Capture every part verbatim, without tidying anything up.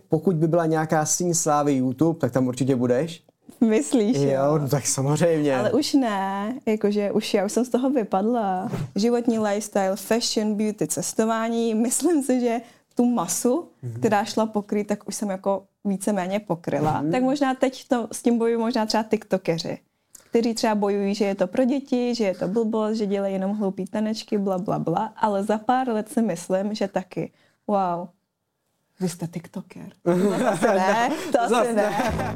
pokud by byla nějaká síň slávy YouTube, tak tam určitě budeš. Myslíš, jo? Jo, no tak samozřejmě. Ale už ne, jakože už já už jsem z toho vypadla. Životní lifestyle, fashion, beauty, cestování, myslím si, že tu masu, mm-hmm. která šla pokrýt, tak už jsem jako víceméně pokryla. Mm-hmm. Tak možná teď to, s tím bojují možná třeba tiktokeři, kteří třeba bojují, že je to pro děti, že je to blbost, že dělají jenom hloupý tanečky, bla, bla, bla, ale za pár let si myslím, že taky, wow, vy jste tiktoker. To asi ne, to asi Zas ne. ne.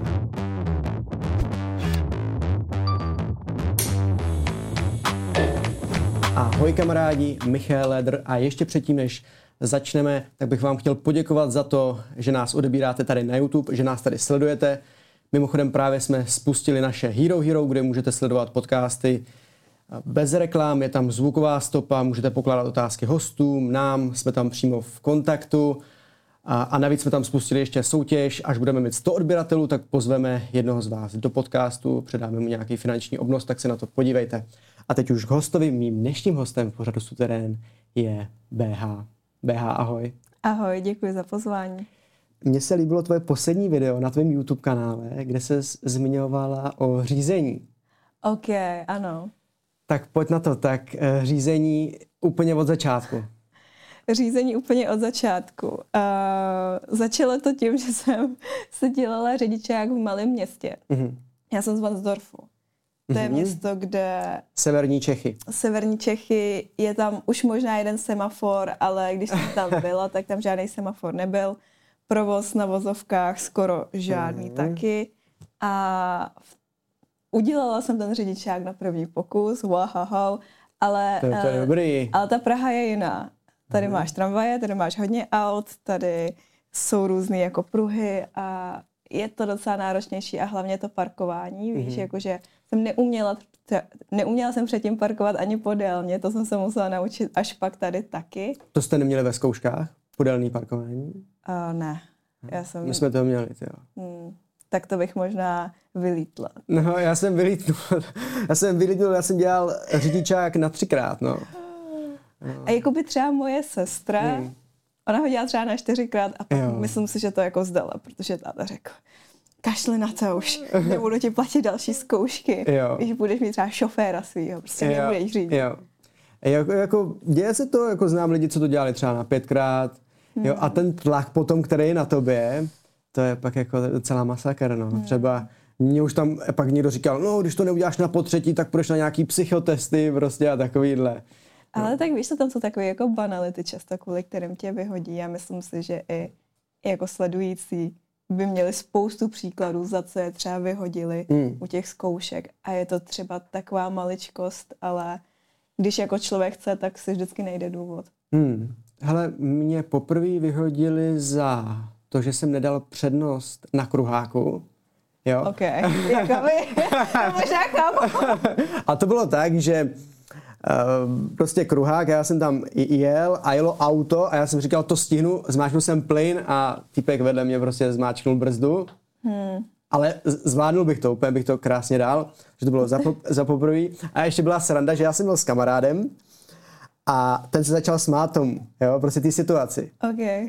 Ahoj kamarádi, Michal Ledr a ještě předtím, než začneme, tak bych vám chtěl poděkovat za to, že nás odebíráte tady na YouTube, že nás tady sledujete. Mimochodem právě jsme spustili naše Hero Hero, kde můžete sledovat podcasty bez reklam, je tam zvuková stopa, můžete pokládat otázky hostům, nám, jsme tam přímo v kontaktu a, a navíc jsme tam spustili ještě soutěž, až budeme mít sto odběratelů, tak pozveme jednoho z vás do podcastu, předáme mu nějaký finanční obnos, tak se na to podívejte. A teď už k hostovi, mým dnešním hostem v pořadu Suterén je bé há. bé há, ahoj. Ahoj, děkuji za pozvání. Mně se líbilo tvoje poslední video na tvém YouTube kanále, kde se zmiňovala o řízení. OK, ano. Tak pojď na to, tak řízení úplně od začátku. Řízení úplně od začátku. Uh, začalo to tím, že jsem se dělala řidičák v malém městě. Mm-hmm. Já jsem z Varnsdorfu. To je mm-hmm. město, kde... Severní Čechy. Severní Čechy, je tam už možná jeden semafor, ale když jsem tam byla, tak tam žádný semafor nebyl. Provoz na vozovkách skoro žádný mm. taky. A udělala jsem ten řidičák na první pokus, wow, ale, to, to je dobrý. ale ta Praha je jiná. Tady mm. máš tramvaje, tady máš hodně aut, tady jsou různý jako pruhy a je to docela náročnější a hlavně to parkování, víš, mm. jakože jsem neuměla, neuměla jsem předtím parkovat ani podélně, to jsem se musela naučit až pak tady taky. To jste neměli ve zkouškách? Podélný parkování? Uh, ne. Já jsem... My jsme to měli, jo. Hmm, tak to bych možná vylítla. No, já jsem vylítnul. Já jsem vylítnul, já jsem dělal řidičák na třikrát, no. no. A jako by třeba moje sestra, hmm. ona ho dělala třeba na čtyřikrát a pak jo. myslím si, že to jako zdala, protože táta řekl, kašli na to už, nebudu ti platit další zkoušky, jo. když budeš mít třeba šoféra svýho, prostě jo. nebudeš řídit. Jo. Jako, jako, děje se to, jako znám lidi, co to dělali třeba na pětkrát, hmm. jo, a ten tlak potom, který je na tobě, to je pak jako docela masakr, no. Hmm. Třeba mě už tam pak někdo říkal, no, když to neuděláš na potřetí, tak půjdeš na nějaký psychotesty prostě a takovýhle. Ale no. tak víš, to tam jsou takové jako banality často, kvůli kterým tě vyhodí. Já myslím si, že i jako sledující by měli spoustu příkladů, za co je třeba vyhodili mm. u těch zkoušek. A je to třeba taková maličkost, ale když jako člověk chce, tak si vždycky najde důvod. Mm. Hele, mě poprvé vyhodili za to, že jsem nedal přednost na kruháku. Jo? OK, jako by, možná chápu. A to bylo tak, že Uh, prostě kruhák, já jsem tam jel a jelo auto a já jsem říkal, to stihnu, zmáčknul jsem plyn a týpek vedle mě prostě zmáčknul brzdu, hmm. ale zvládnul bych to, úplně bych to krásně dal, že to bylo za, po, za poprvé. A ještě byla sranda, že já jsem byl s kamarádem a ten se začal smát tomu, jo, prostě té situaci. Okay.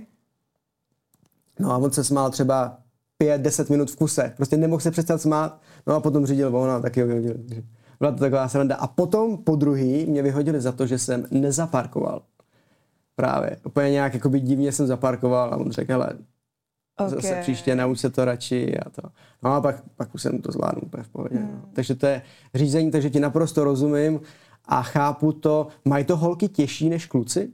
No a on se smál třeba pět deset minut v kuse, prostě nemohl se přestat smát, no a potom řídil on a taky ho vyhodil. Byla to taková sranda. A potom po druhý mě vyhodili za to, že jsem nezaparkoval. Právě. Úplně nějak jakoby divně jsem zaparkoval a on řekl, hele, okay. zase příště nauč se to radši a to. No a pak, pak už jsem to zvládnul úplně v pohodě. Hmm. No. Takže to je řízení, takže ti naprosto rozumím a chápu to. Mají to holky těžší než kluci?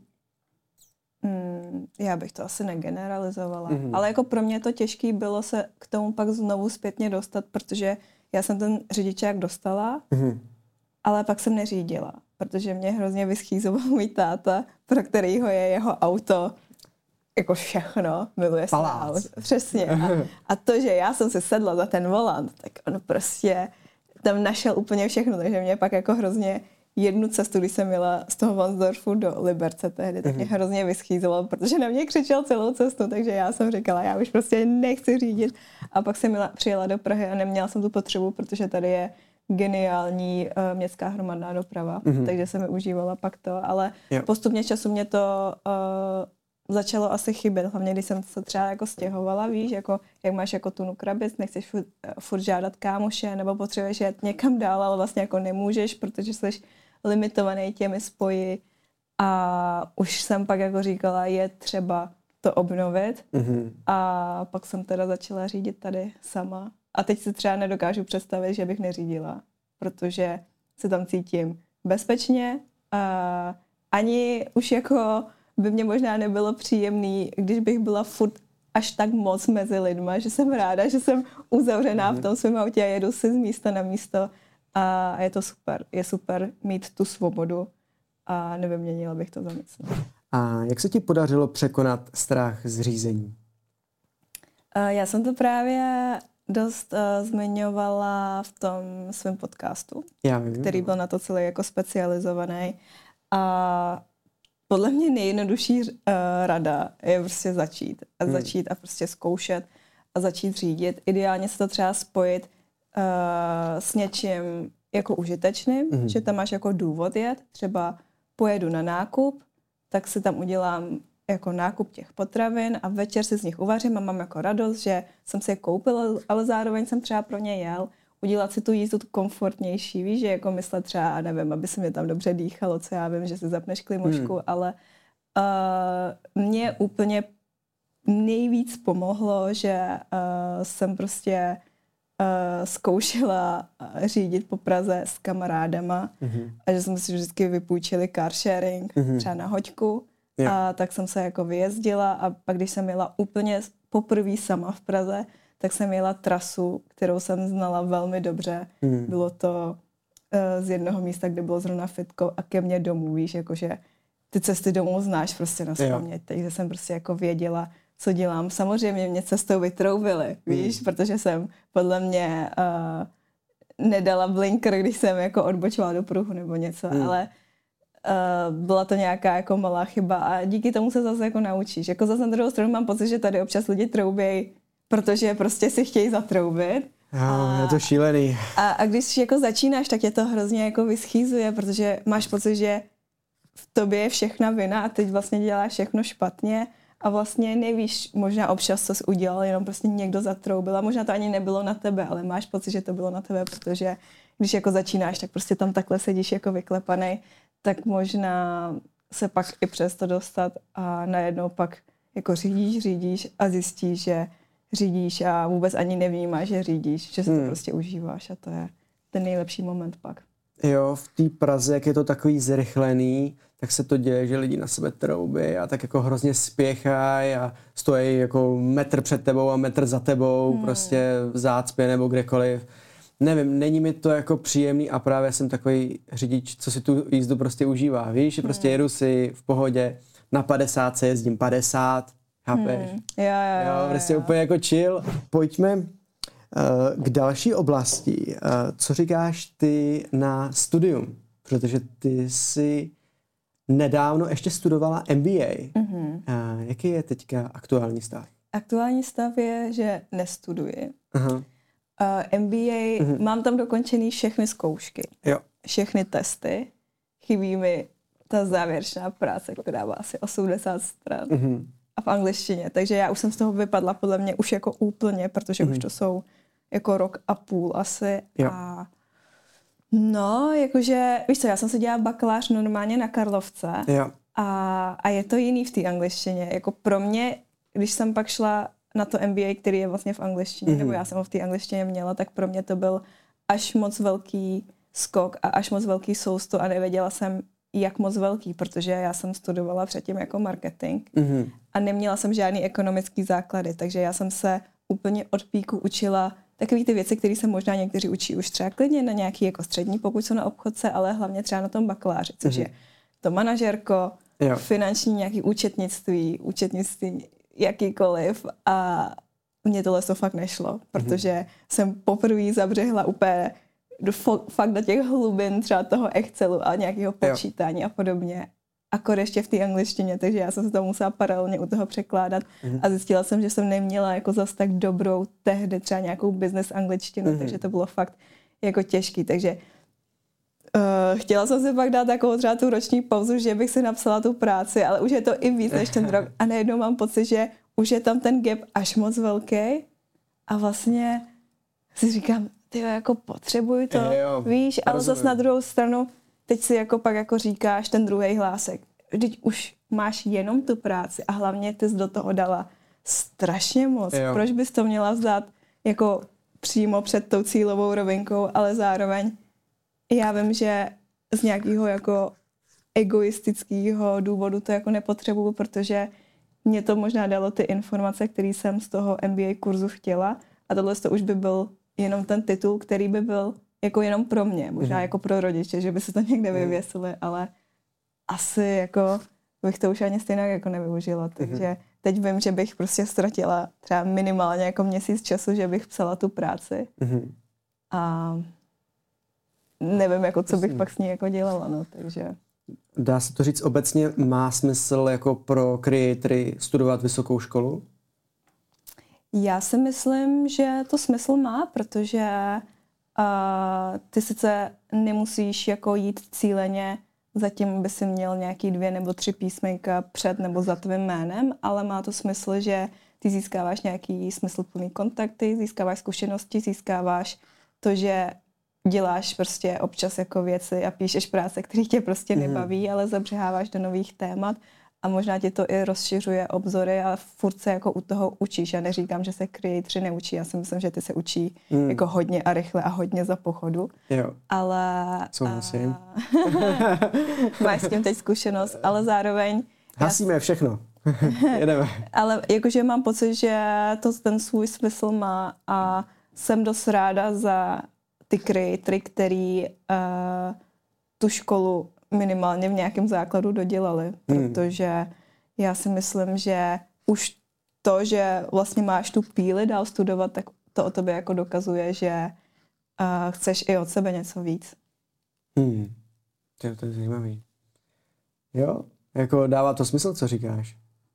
Hmm, já bych to asi negeneralizovala. Hmm. Ale jako pro mě to těžký bylo se k tomu pak znovu zpětně dostat, protože já jsem ten řidičák dostala, mm-hmm. ale pak jsem neřídila, protože mě hrozně vyschýzoval můj táta, pro kterýho je jeho auto jako všechno, miluje se auto. Přesně. A, a to, že já jsem si sedla za ten volant, tak on prostě tam našel úplně všechno, takže mě pak jako hrozně jednu cestu, když jsem jela z toho Varnsdorfu do Liberce tehdy, tak mě mm-hmm. hrozně vyschýzoval, protože na mě křičel celou cestu, takže já jsem říkala, já už prostě nechci řídit. A pak jsem jela, přijela do Prahy a neměla jsem tu potřebu, protože tady je geniální uh, městská hromadná doprava, mm-hmm. takže jsem mi užívala pak to, ale jo. postupně času mě to uh, začalo asi chybět, hlavně když jsem se třeba jako stěhovala, víš, jako jak máš jako tunu krabic, nechceš furt, furt žádat kámoše, nebo potřebuješ jet někam dál, ale vlastně jako nemůžeš, protože jsi limitovaný těmi spoji a už jsem pak jako říkala, je třeba to obnovit mm-hmm. a pak jsem teda začala řídit tady sama a teď si třeba nedokážu představit, že bych neřídila, protože se tam cítím bezpečně a ani už jako by mě možná nebylo příjemný, když bych byla furt až tak moc mezi lidma, že jsem ráda, že jsem uzavřená v tom svém autě a jedu si z místa na místo a je to super. Je super mít tu svobodu a nevyměnila bych to za nic. A jak se ti podařilo překonat strach z řízení? Já jsem to právě dost uh, zmiňovala v tom svém podcastu, Já vím, který byl na to celý jako specializovaný. A podle mě nejjednodušší uh, rada je prostě začít. A hmm. začít a prostě zkoušet a začít řídit. Ideálně se to třeba spojit uh, s něčím jako užitečným, hmm. že tam máš jako důvod jet. Třeba pojedu na nákup, tak si tam udělám jako nákup těch potravin a večer si z nich uvařím a mám jako radost, že jsem si je koupil, ale zároveň jsem třeba pro ně jel. Udělat si tu jízdu komfortnější, víš, že jako myslet třeba, nevím, aby se mi tam dobře dýchalo, co já vím, že si zapneš klimošku, hmm. ale uh, mě úplně nejvíc pomohlo, že uh, jsem prostě uh, zkoušela řídit po Praze s kamarádama hmm. a že jsme si vždycky vypůjčili car sharing, hmm. třeba na hoďku. Yeah. A tak jsem se jako vyjezdila a pak, když jsem jela úplně poprvé sama v Praze, tak jsem jela trasu, kterou jsem znala velmi dobře. Hmm. Bylo to uh, z jednoho místa, kde bylo zrovna fitko a ke mně domů, víš, jakože ty cesty domů znáš prostě na spaměť. Takže jsem prostě jako věděla, co dělám. Samozřejmě mě cestou vytroubili, víš, hmm. protože jsem podle mě uh, nedala blinker, když jsem jako odbočila do pruhu nebo něco, hmm. ale Uh, byla to nějaká jako malá chyba a díky tomu se zase jako naučíš. Jako zase na druhou stranu mám pocit, že tady občas lidi troubějí, protože prostě si chtějí zatroubit. Jo, a, je to šílený. A, a když jako začínáš, tak tě to hrozně jako vyschýzuje, protože máš pocit, že v tobě je všechna vina a teď vlastně děláš všechno špatně a vlastně nevíš, možná občas co jsi udělal, jenom prostě někdo zatroubil a možná to ani nebylo na tebe, ale máš pocit, že to bylo na tebe, protože když jako začínáš, tak prostě tam takhle sedíš jako vyklepanej, tak možná se pak i přes to dostat a najednou pak jako řídíš, řídíš a zjistíš, že řídíš a vůbec ani nevnímáš, že řídíš, že se to hmm. prostě užíváš a to je ten nejlepší moment pak. Jo, v té Praze, jak je to takový zrychlený, tak se to děje, že lidi na sebe troubí a tak jako hrozně spěchají a stojí jako metr před tebou a metr za tebou, hmm. prostě v zácpě nebo kdekoliv. Nevím, není mi to jako příjemný a právě jsem takový řidič, co si tu jízdu prostě užívá, víš, že prostě jedu si v pohodě, na padesát se jezdím padesát, chápeš? Hmm. Jo, jo, jo, jo, prostě jo. úplně jako chill. Pojďme uh, k další oblasti. Uh, co říkáš ty na studium? Protože ty jsi nedávno ještě studovala M B A. Mm-hmm. Uh, jaký je teďka aktuální stav? Aktuální stav je, že nestuduji. Aha. Uh, M B A, mm-hmm. mám tam dokončený všechny zkoušky, jo. všechny testy. Chybí mi ta závěrečná práce, která má asi osmdesát stran mm-hmm. a v angličtině. Takže já už jsem z toho vypadla podle mě už jako úplně, protože mm-hmm. už to jsou jako rok a půl asi. Jo. A no, jakože, víš co, já jsem si dělala bakalář normálně na Karlovce jo. A, a je to jiný v té angličtině. Jako pro mě, když jsem pak šla na to M B A, který je vlastně v angličtině, mm-hmm. nebo já jsem ho v té angličtině měla, tak pro mě to byl až moc velký skok a až moc velký sousto a nevěděla jsem, jak moc velký, protože já jsem studovala předtím jako marketing mm-hmm. a neměla jsem žádný ekonomický základy, takže já jsem se úplně od píku učila takové ty věci, které se možná někteří učí už třeba klidně na nějaký jako střední, pokud jsou na obchodce, ale hlavně třeba na tom bakaláři, což mm-hmm. je to manažerko, jo. finanční nějaký účetnictví, účetnictví jakýkoliv a mně tohle to fakt nešlo, protože mm-hmm. jsem poprvé zabřehla úplně do, fakt do těch hlubin třeba toho Excelu a nějakého počítání jo. a podobně. Akor ještě v té angličtině, takže já jsem se to musela paralelně u toho překládat mm-hmm. a zjistila jsem, že jsem neměla jako zas tak dobrou tehdy třeba nějakou business angličtinu, mm-hmm. takže to bylo fakt jako těžký, takže Uh, chtěla jsem si pak dát takovou třeba tu roční pauzu, že bych si napsala tu práci, ale už je to i víc než ten rok. A najednou mám pocit, že už je tam ten gap až moc velký a vlastně si říkám, ty jako potřebuj to, e, jo, víš, ale zase na druhou stranu teď si jako pak jako říkáš ten druhý hlásek. Vždyť už máš jenom tu práci a hlavně ty jsi do toho dala strašně moc. E, Proč bys to měla vzdát jako přímo před tou cílovou rovinkou, ale zároveň já vím, že z nějakého jako egoistického důvodu to jako nepotřebuju, protože mě to možná dalo ty informace, které jsem z toho M B A kurzu chtěla a tohle to už by byl jenom ten titul, který by byl jako jenom pro mě, možná mm. jako pro rodiče, že by se to někde vyvěsili, ale asi jako bych to už ani stejně jako nevyužila, takže mm. teď vím, že bych prostě ztratila třeba minimálně jako měsíc času, že bych psala tu práci mm. a nevím, jako co bych pak s ní jako dělala, no, takže... Dá se to říct obecně, má smysl jako pro creatory studovat vysokou školu? Já si myslím, že to smysl má, protože uh, ty sice nemusíš jako jít cíleně, zatím by si měl nějaký dvě nebo tři písmenka před nebo za tvým jménem, ale má to smysl, že ty získáváš nějaký smysluplný kontakty, získáváš zkušenosti, získáváš to, že děláš prostě občas jako věci a píšeš práce, které tě prostě nebaví, mm. ale zabřeháváš do nových témat a možná ti to i rozšiřuje obzory a furt se jako u toho učíš. Já neříkám, že se creatoři neučí, já si myslím, že ty se učí mm. jako hodně a rychle a hodně za pochodu. Jo. Ale... Souhlasím. Máš s tím teď zkušenost, ale zároveň... Hasíme já... všechno. Jedeme. Ale jakože mám pocit, že to ten svůj smysl má a jsem dost ráda za ty creatory, který uh, tu školu minimálně v nějakém základu dodělali, hmm. protože já si myslím, že už to, že vlastně máš tu píli dál studovat, tak to o tobě jako dokazuje, že uh, chceš i od sebe něco víc. Hmm. To, to je zajímavý. Jo, jako dává to smysl, co říkáš.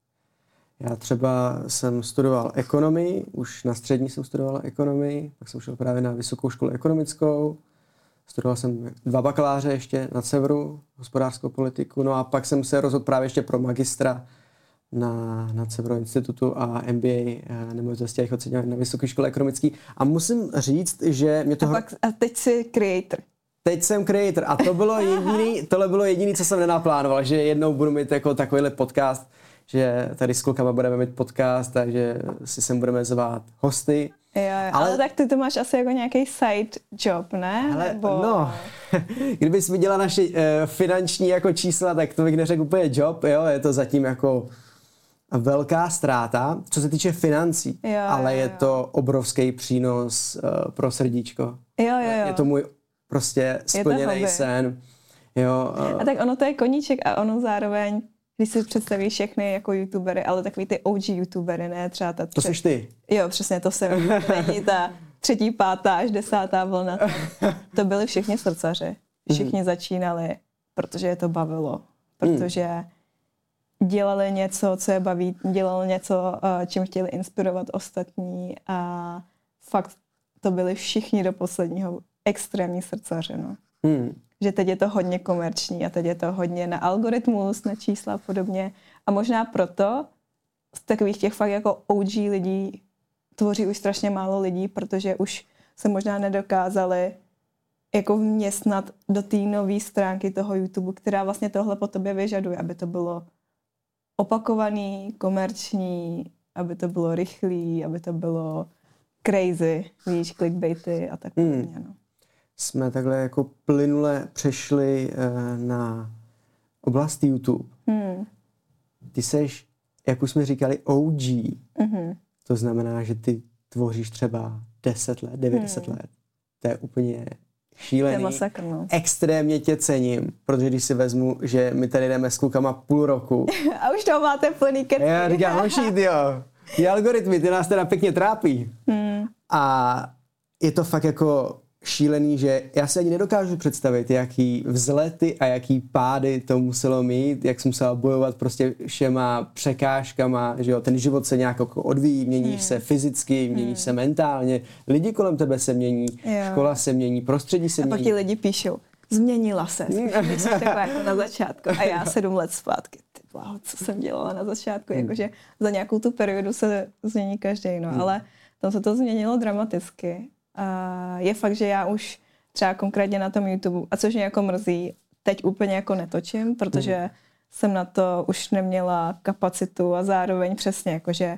Já třeba jsem studoval ekonomii, už na střední jsem studoval ekonomii, pak jsem šel právě na vysokou školu ekonomickou, studoval jsem dva bakaláře ještě na severu, hospodářskou politiku, no a pak jsem se rozhodl právě ještě pro magistra na, na Severu institutu a M B A nemovitosti a jejich oceňování na vysoké škole ekonomické. A musím říct, že mě to... A, pak, a teď jsi creator. Teď jsem creator a to bylo jediný, tohle bylo jediný, co jsem nenaplánoval, že jednou budu mít jako takovýhle podcast, že tady s klukama budeme mít podcast, takže si sem budeme zvát hosty. Jo, jo, ale... ale tak ty to máš asi jako nějaký side job, ne? Ale, Nebo... no, kdybys viděla naše uh, finanční jako čísla, tak to bych neřekl úplně job, jo, je to zatím jako velká ztráta, co se týče financí, jo, ale jo, je jo. to obrovský přínos uh, pro srdíčko. Jo, jo, jo. Je to můj prostě splněný sen. Jo, uh... A tak ono to je koníček a ono zároveň, když si představíš všechny jako youtubery, ale takový ty O G youtubery, ne třeba ta... To jsi ty. Jo, přesně, to jsem. Není ta třetí, pátá až desátá vlna. To byli všichni srdcaři. Všichni začínali, protože je to bavilo. Protože dělali něco, co je baví, dělali něco, čím chtěli inspirovat ostatní a fakt to byli všichni do posledního extrémní srdcaři, no. Hmm. Že teď je to hodně komerční a teď je to hodně na algoritmus, na čísla a podobně. A možná proto z takových těch fakt jako O G lidí tvoří už strašně málo lidí, protože už se možná nedokázali jako vměstnat do té nové stránky toho YouTube, která vlastně tohle po tobě vyžaduje, aby to bylo opakovaný, komerční, aby to bylo rychlý, aby to bylo crazy, víš, clickbaity a tak podobně, hmm. no. Jsme takhle jako plynule přešli uh, na oblast YouTube. Hmm. Ty seš, jak už jsme říkali, O G. Mm-hmm. To znamená, že ty tvoříš třeba deset let, devět hmm. let. To je úplně šílený. To je masakr, no. Extrémně tě cením, protože když si vezmu, že my tady jdeme s klukama půl roku. A už toho máte plný kecky. Já říkám, hoši, jo, ty algoritmy, ty nás teda pěkně trápí. Hmm. A je to fakt jako šílený, že já si ani nedokážu představit, jaký vzlety a jaký pády to muselo mít, jak jsem musela bojovat prostě všema překážkama, že jo, ten život se nějak jako odvíjí, měníš hmm. se fyzicky, měníš hmm. se mentálně, lidi kolem tebe se mění, jo. škola se mění, prostředí se a mění. A pak ti lidi píšou, změnila se. Když jsem taková jako na začátku. A já sedm let zpátky. Ty bláho, co jsem dělala na začátku. Hmm. Jakože za nějakou tu periodu se změní každý, no. Hmm. Ale tam se to změnilo dramaticky. A je fakt, že já už třeba konkrétně na tom YouTube, a což mě jako mrzí, teď úplně jako netočím, protože hmm. jsem na to už neměla kapacitu a zároveň přesně jakože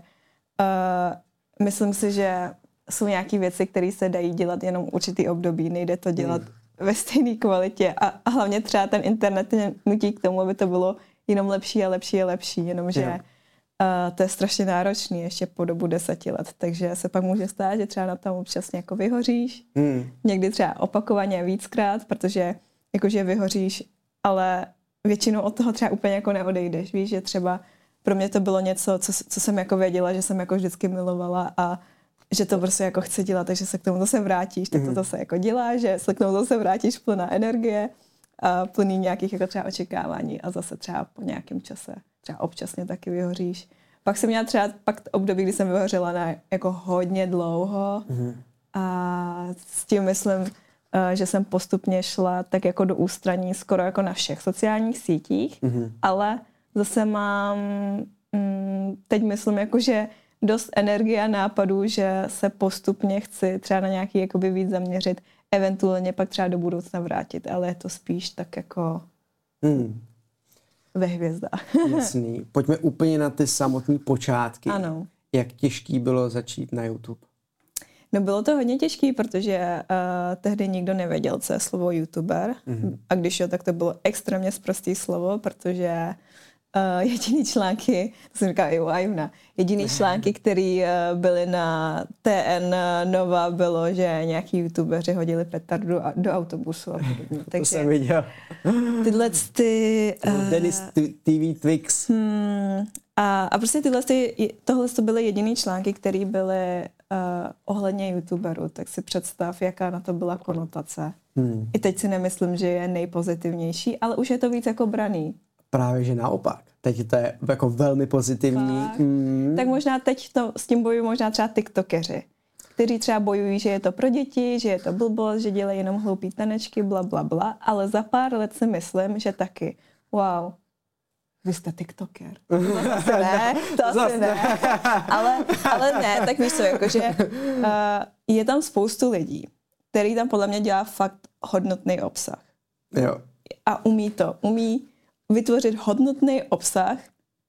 uh, myslím si, že jsou nějaké věci, které se dají dělat jenom určitý období, nejde to dělat hmm. ve stejné kvalitě a, a hlavně třeba ten internet nutí k tomu, aby to bylo jenom lepší a lepší a lepší, jenomže yeah. uh, to je strašně náročný ještě po dobu deseti let, takže se pak může stát, že třeba na tom občas jako vyhoříš, hmm. někdy třeba opakovaně víckrát, protože jakože vyhoříš, ale většinou od toho třeba úplně jako neodejdeš, víš, že třeba pro mě to bylo něco, co, co jsem jako věděla, že jsem jako vždycky milovala a že to prostě jako chci dělat, takže se k tomu zase vrátíš, tak to zase jako děláš, že se k tomu zase vrátíš plná energie a plný nějakých jako třeba očekávání a zase třeba po nějakém čase třeba občasně taky vyhoříš. Pak jsem měla třeba pak období, kdy jsem vyhořela na jako hodně dlouho mm. a s tím myslím, že jsem postupně šla tak jako do ústraní skoro jako na všech sociálních sítích, mm. ale zase mám mm, teď myslím jako, že dost energie a nápadů, že se postupně chci třeba na nějaký jakoby víc zaměřit, eventuálně pak třeba do budoucna vrátit, ale je to spíš tak jako hmm. ve hvězdách. Jasný. Pojďme úplně na ty samotné počátky. Ano. Jak těžký bylo začít na YouTube? No bylo to hodně těžký, protože uh, tehdy nikdo nevěděl, co je slovo YouTuber. Mm-hmm. A když jo, tak to bylo extrémně sprostý slovo, protože Uh, jediný články, to jsem říkala i u Ivna, jediný články, které uh, byly na T N Nova, bylo, že nějaký youtubeři hodili petardu do, do autobusu a podobně. To jsem viděl. Tyhle ty... Uh, Dennis T V Twix. Hmm, a, a prostě tyhle ty, tohle to byly jediný články, které byly uh, ohledně youtuberů, tak si představ, jaká na to byla konotace. Hmm. I teď si nemyslím, že je nejpozitivnější, ale už je to víc jako braný. Právě, že naopak. Teď to je jako velmi pozitivní. Mm. Tak možná teď to, s tím bojují možná třeba tiktokeři, kteří třeba bojují, že je to pro děti, že je to blbost, že dělají jenom hloupý tanečky, bla, bla, bla, ale za pár let si myslím, že taky. Wow, vy jste tiktoker. To asi ne, to asi ne. Ale, ale ne, tak víš co, jakože uh, je tam spoustu lidí, který tam podle mě dělá fakt hodnotný obsah. Jo. A umí to, umí vytvořit hodnotný obsah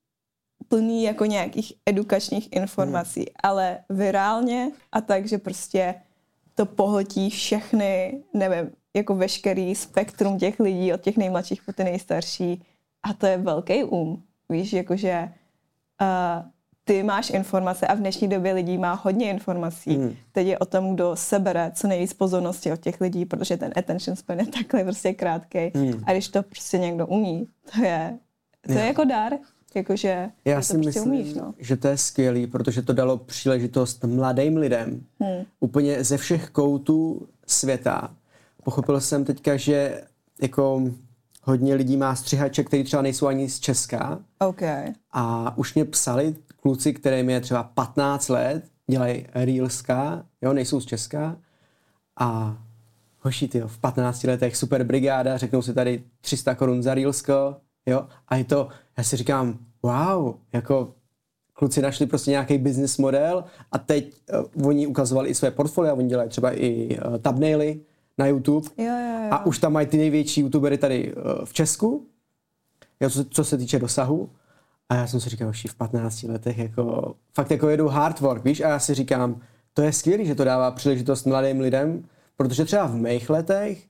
plný jako nějakých edukačních informací, hmm. ale virálně a tak, že prostě to pohltí všechny, nevím, jako veškerý spektrum těch lidí, od těch nejmladších po ty nejstarší a to je velký um. Víš, jakože uh, ty máš informace a v dnešní době lidí má hodně informací. Hmm. Teď je o tom, kdo sebere co nejvíc pozornosti od těch lidí, protože ten attention span je takhle prostě krátkej. Hmm. A když to prostě někdo umí, to je, to je jako dar. Jakože já si to myslím, prostě umíš, no. že to je skvělý, protože to dalo příležitost mladým lidem hmm. úplně ze všech koutů světa. Pochopil jsem teďka, že jako hodně lidí má střihače, který třeba nejsou ani z Česka. Okay. A už mě psali kluci, kterým je třeba patnáct let, dělají reelska, jo, nejsou z Česka. A hoši, tyjo, v patnácti letech super brigáda, řeknou si tady tři sta korun za reelsko, jo. A je to, já si říkám, wow, jako kluci našli prostě nějaký business model a teď uh, oni ukazovali i své portfolia, oni dělají třeba i uh, thumbnaily na YouTube. Jo, jo, jo. A už tam mají ty největší youtubery tady uh, v Česku, jo, co, co se týče dosahu. A já jsem si říkal, že v patnácti letech jako, fakt jako jedu hard work, víš? A já si říkám, to je skvělý, že to dává příležitost mladým lidem, protože třeba v mých letech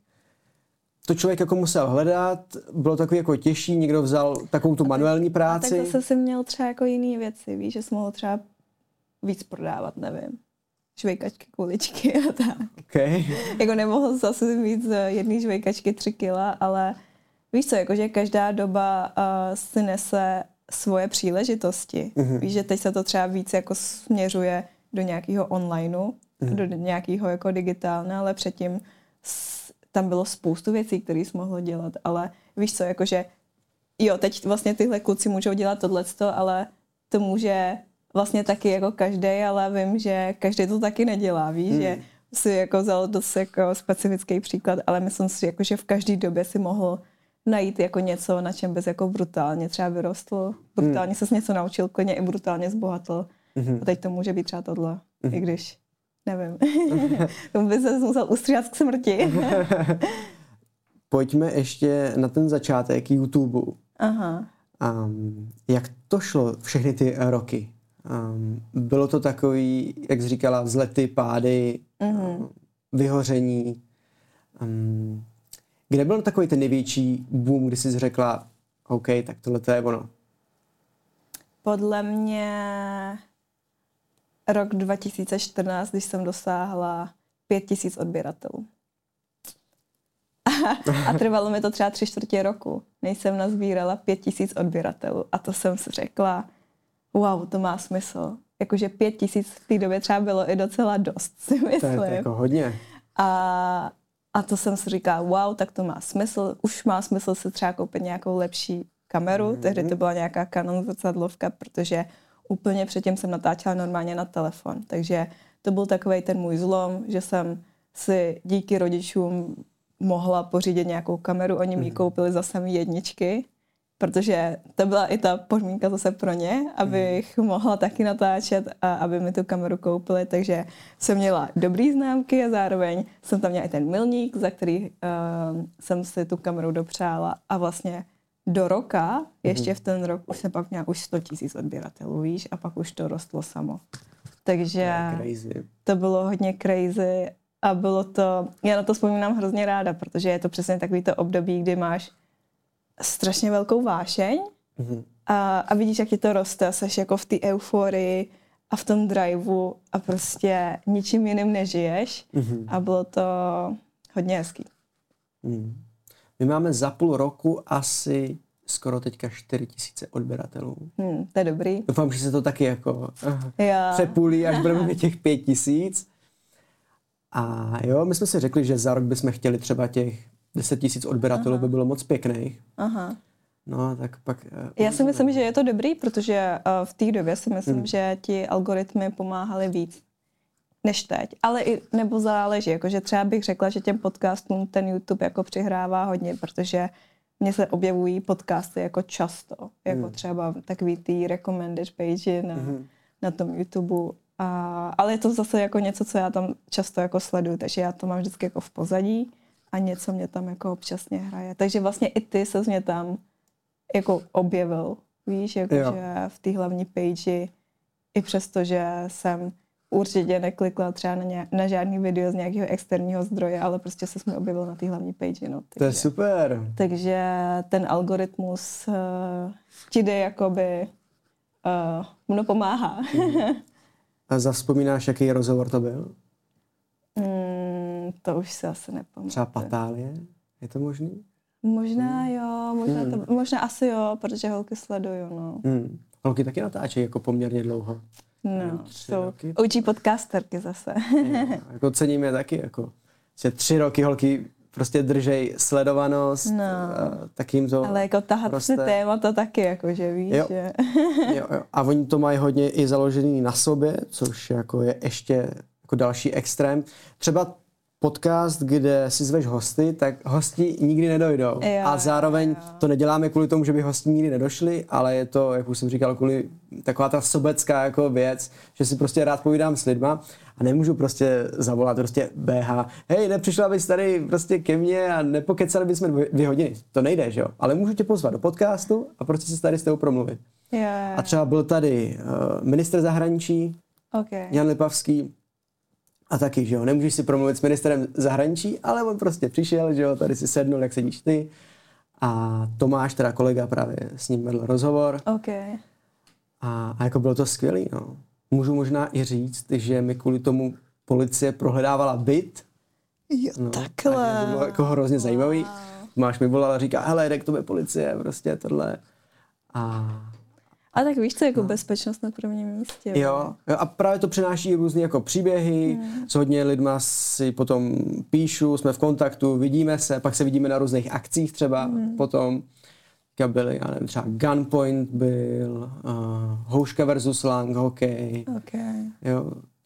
to člověk jako musel hledat, bylo takový jako těžší, někdo vzal takovou tu manuální práci. A tak zase jsi měl třeba jako jiný věci, víš, že jsi mohl třeba víc prodávat, nevím. Žvejkačky, kuličky a tak. Okay. Jako nemohl zase mít z jedné žvejkačky tři kila, ale víš co, jakože každá doba uh, si nese svoje příležitosti. Mm-hmm. Víš, že teď se to třeba víc jako směřuje do nějakého onlineu, mm-hmm. do nějakého jako digitálne, ale předtím s, tam bylo spoustu věcí, které jsi mohl dělat, ale víš co, jakože jo, teď vlastně tyhle kluci můžou dělat tohleto, ale to může vlastně taky jako každý, ale vím, že každý to taky nedělá, víš, mm. že si jako vzal dost jako specifický příklad, ale myslím si, jako, že v každé době si mohl najít jako něco, na čem bys jako brutálně třeba vyrostl, brutálně hmm. ses něco naučil, klidně i brutálně zbohatl. Hmm. A teď to může být třeba tohle, hmm. i když, nevím, tomu by se musel ustříhat k smrti. Pojďme ještě na ten začátek YouTube. Aha. Um, jak to šlo všechny ty roky? Um, bylo to takový, jak jsi říkala, vzlety, pády, mm-hmm. um, vyhoření. Um, kde byl takový ten největší boom, kdy jsi řekla, OK, tak tohle to je ono? Podle mě rok dva tisíce čtrnáct, když jsem dosáhla pět tisíc odběratelů. A trvalo mi to třeba tři čtvrtě roku, než jsem nazbírala pět tisíc odběratelů. A to jsem si řekla, wow, to má smysl. Jakože pět tisíc v té době třeba bylo i docela dost, si myslím. To je, to je jako hodně. A, a to jsem si říkala, wow, tak to má smysl. Už má smysl si třeba koupit nějakou lepší kameru. Mm-hmm. Tehdy to byla nějaká Canon zrcadlovka, protože úplně předtím jsem natáčela normálně na telefon. Takže to byl takovej ten můj zlom, že jsem si díky rodičům mohla pořídit nějakou kameru, oni mi ji koupili za samý jedničky, protože to byla i ta podmínka zase pro ně, abych mohla taky natáčet a aby mi tu kameru koupili, takže jsem měla dobrý známky a zároveň jsem tam měla i ten milník, za který uh, jsem si tu kameru dopřála a vlastně do roka, ještě v ten rok, už jsem pak měla už sto tisíc odběratelů, víš, a pak už to rostlo samo. Takže to bylo hodně crazy. A bylo to, já na to vzpomínám hrozně ráda, protože je to přesně takový to období, kdy máš strašně velkou vášeň mm-hmm. a, a vidíš, jak ti to roste a seš jako v té euforii a v tom driveu a prostě ničím jiným nežiješ mm-hmm. a bylo to hodně hezký. Mm. My máme za půl roku asi skoro teďka čtyři tisíce odběratelů. Hmm, to je dobrý. Doufám, že se to taky jako přepůlí, až budeme mít těch pět tisíc. A jo, my jsme si řekli, že za rok bychom chtěli třeba těch deset tisíc odběratelů, Aha. by bylo moc pěkných. Aha. No, tak pak... Uh, Já si myslím, že je to dobrý, protože uh, v té době si myslím, hmm. že ti algoritmy pomáhaly víc než teď. Ale i, nebo záleží, jakože třeba bych řekla, že těm podcastům ten YouTube jako přihrává hodně, protože mně se objevují podcasty jako často, jako hmm. třeba takový ty recommended page na, hmm. na tom YouTube. A, ale je to zase jako něco, co já tam často jako sleduju, takže já to mám vždycky jako v pozadí a něco mě tam jako občasně hraje. Takže vlastně i ty ses mě tam jako objevil, víš, jakože v té hlavní page, i přesto, že jsem určitě neklikla třeba na, nějak, na žádný video z nějakého externího zdroje, ale prostě ses mi objevil na té hlavní page. No, takže, to je super. Takže ten algoritmus uh, ti jde jakoby uh, mno pomáhá. Mm. A zavzpomínáš, jaký rozhovor to byl? Mm, to už se asi nepamatuju. Třeba Patálie? Je to možný? Možná hmm. jo, možná, hmm. to, možná asi jo, protože holky sleduju, no. Hmm. Holky taky natáčejí jako poměrně dlouho. No, jsou učí podcasterky zase. Jo, jako cením je taky, jako, že tři roky holky prostě držej sledovanost, no. tak jim to ale jako tahat prostě... si téma to taky, jako, že víš, jo. že... jo, jo. A oni to mají hodně i založený na sobě, což jako je ještě jako další extrém. Třeba podcast, kde si zveš hosty, tak hosti nikdy nedojdou. Jo, a zároveň jo. to neděláme kvůli tomu, že by hosti nikdy nedošli, ale je to, jak už jsem říkal, kvůli taková ta sobecká jako věc, že si prostě rád povídám s lidma a nemůžu prostě zavolat prostě bé há. Hej, nepřišla bys tady prostě ke mně a nepokecali bychom dvě hodiny. To nejde, že jo? Ale můžu tě pozvat do podcastu a prostě se tady s tebou promluvit. Jo, jo. A třeba byl tady uh, ministr zahraničí, okay. Jan Lipavský, a taky, že jo, nemůžeš si promluvit s ministrem zahraničí, ale on prostě přišel, že jo, tady si sednul, jak sedíš ty. A Tomáš, teda kolega, právě s ním vedl rozhovor. Okay. A, a jako bylo to skvělý, no. Můžu možná i říct, že mi kvůli tomu policie prohledávala byt. Jo, no, takhle. To bylo jako hrozně wow. zajímavý. Tomáš mi volal a říká, hele, jde k tobě policie, prostě tohle. A... A tak víš co, jako no. bezpečnost na prvním místě. Jo, jo, a právě to přináší různé jako příběhy, hmm. s hodně lidma si potom píšu, jsme v kontaktu, vidíme se, pak se vidíme na různých akcích třeba hmm. potom. Byly, já nevím, třeba Gunpoint byl, uh, Houška versus Lang, hokej. Okay. Jo,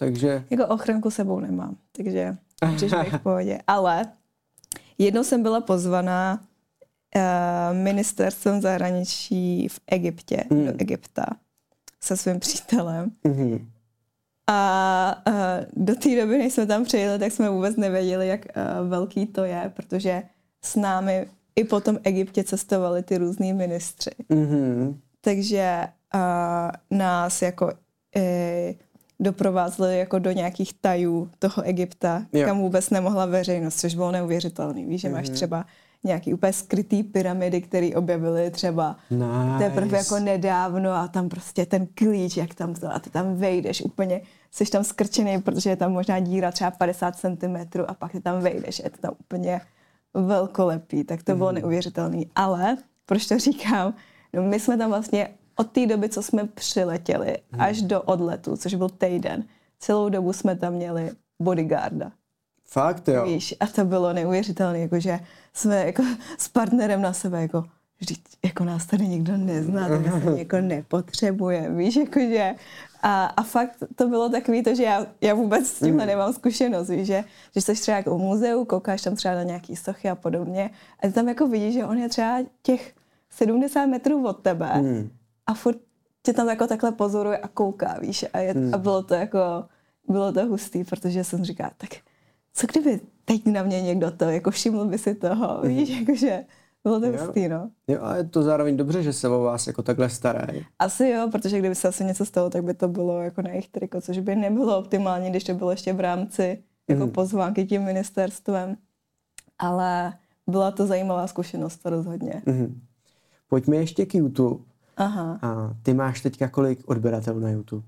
takže... Jako ochranku sebou nemám, takže můžeš být v pohodě. Ale jednou jsem byla pozvaná uh, ministerstvem zahraničí v Egyptě, mm. do Egypta se svým přítelem. Mm-hmm. A uh, do té doby, než jsme tam přijeli, tak jsme vůbec nevěděli, jak uh, velký to je, protože s námi i po tom Egyptě cestovali ty různý ministři. Mm-hmm. Takže uh, nás jako eh, doprovázeli jako do nějakých tajů toho Egypta, jo. kam vůbec nemohla veřejnost, což bylo neuvěřitelné. Víš, že mm-hmm. máš třeba nějaký úplně skrytý pyramidy, které objevily třeba nice. teprve jako nedávno a tam prostě ten klíč, jak tam to, a ty tam vejdeš úplně, jsi tam skrčený, protože je tam možná díra třeba padesát centimetrů a pak ty tam vejdeš, je to tam úplně velkolepý, tak to bylo mm. neuvěřitelný. Ale, proč to říkám, no my jsme tam vlastně od té doby, co jsme přiletěli, mm. až do odletu, což byl týden, celou dobu jsme tam měli bodyguarda. Fakt, jo. Víš, a to bylo neuvěřitelné, jakože jsme jako s partnerem na sebe, jako vždyť jako nás tady nikdo nezná, tak se jako nepotřebuje, víš, jakože a, a fakt to bylo takový to, že já, já vůbec s tímhle nemám zkušenost, víš, že, že jsi třeba jako v muzeu, koukáš tam třeba na nějaký sochy a podobně a ty tam jako vidíš, že on je třeba těch sedmdesát metrů od tebe mm. a furt tě tam jako takhle pozoruje a kouká, víš, a, je, mm. a bylo to jako, bylo to hustý, protože jsem říkala, tak co kdyby teď na mě někdo to, jako všiml by si toho, mm. víš, jakože bylo to hustý, no. Jo, a je to zároveň dobře, že se o vás jako takhle starají. Asi jo, protože kdyby se asi něco stalo, tak by to bylo jako na jejich triko, což by nebylo optimální, když to bylo ještě v rámci jako mm. pozvánky tím ministerstvem. Ale byla to zajímavá zkušenost, to rozhodně. Mm. Pojďme ještě k YouTube. Aha. A ty máš teďka kolik odběratelů na YouTube?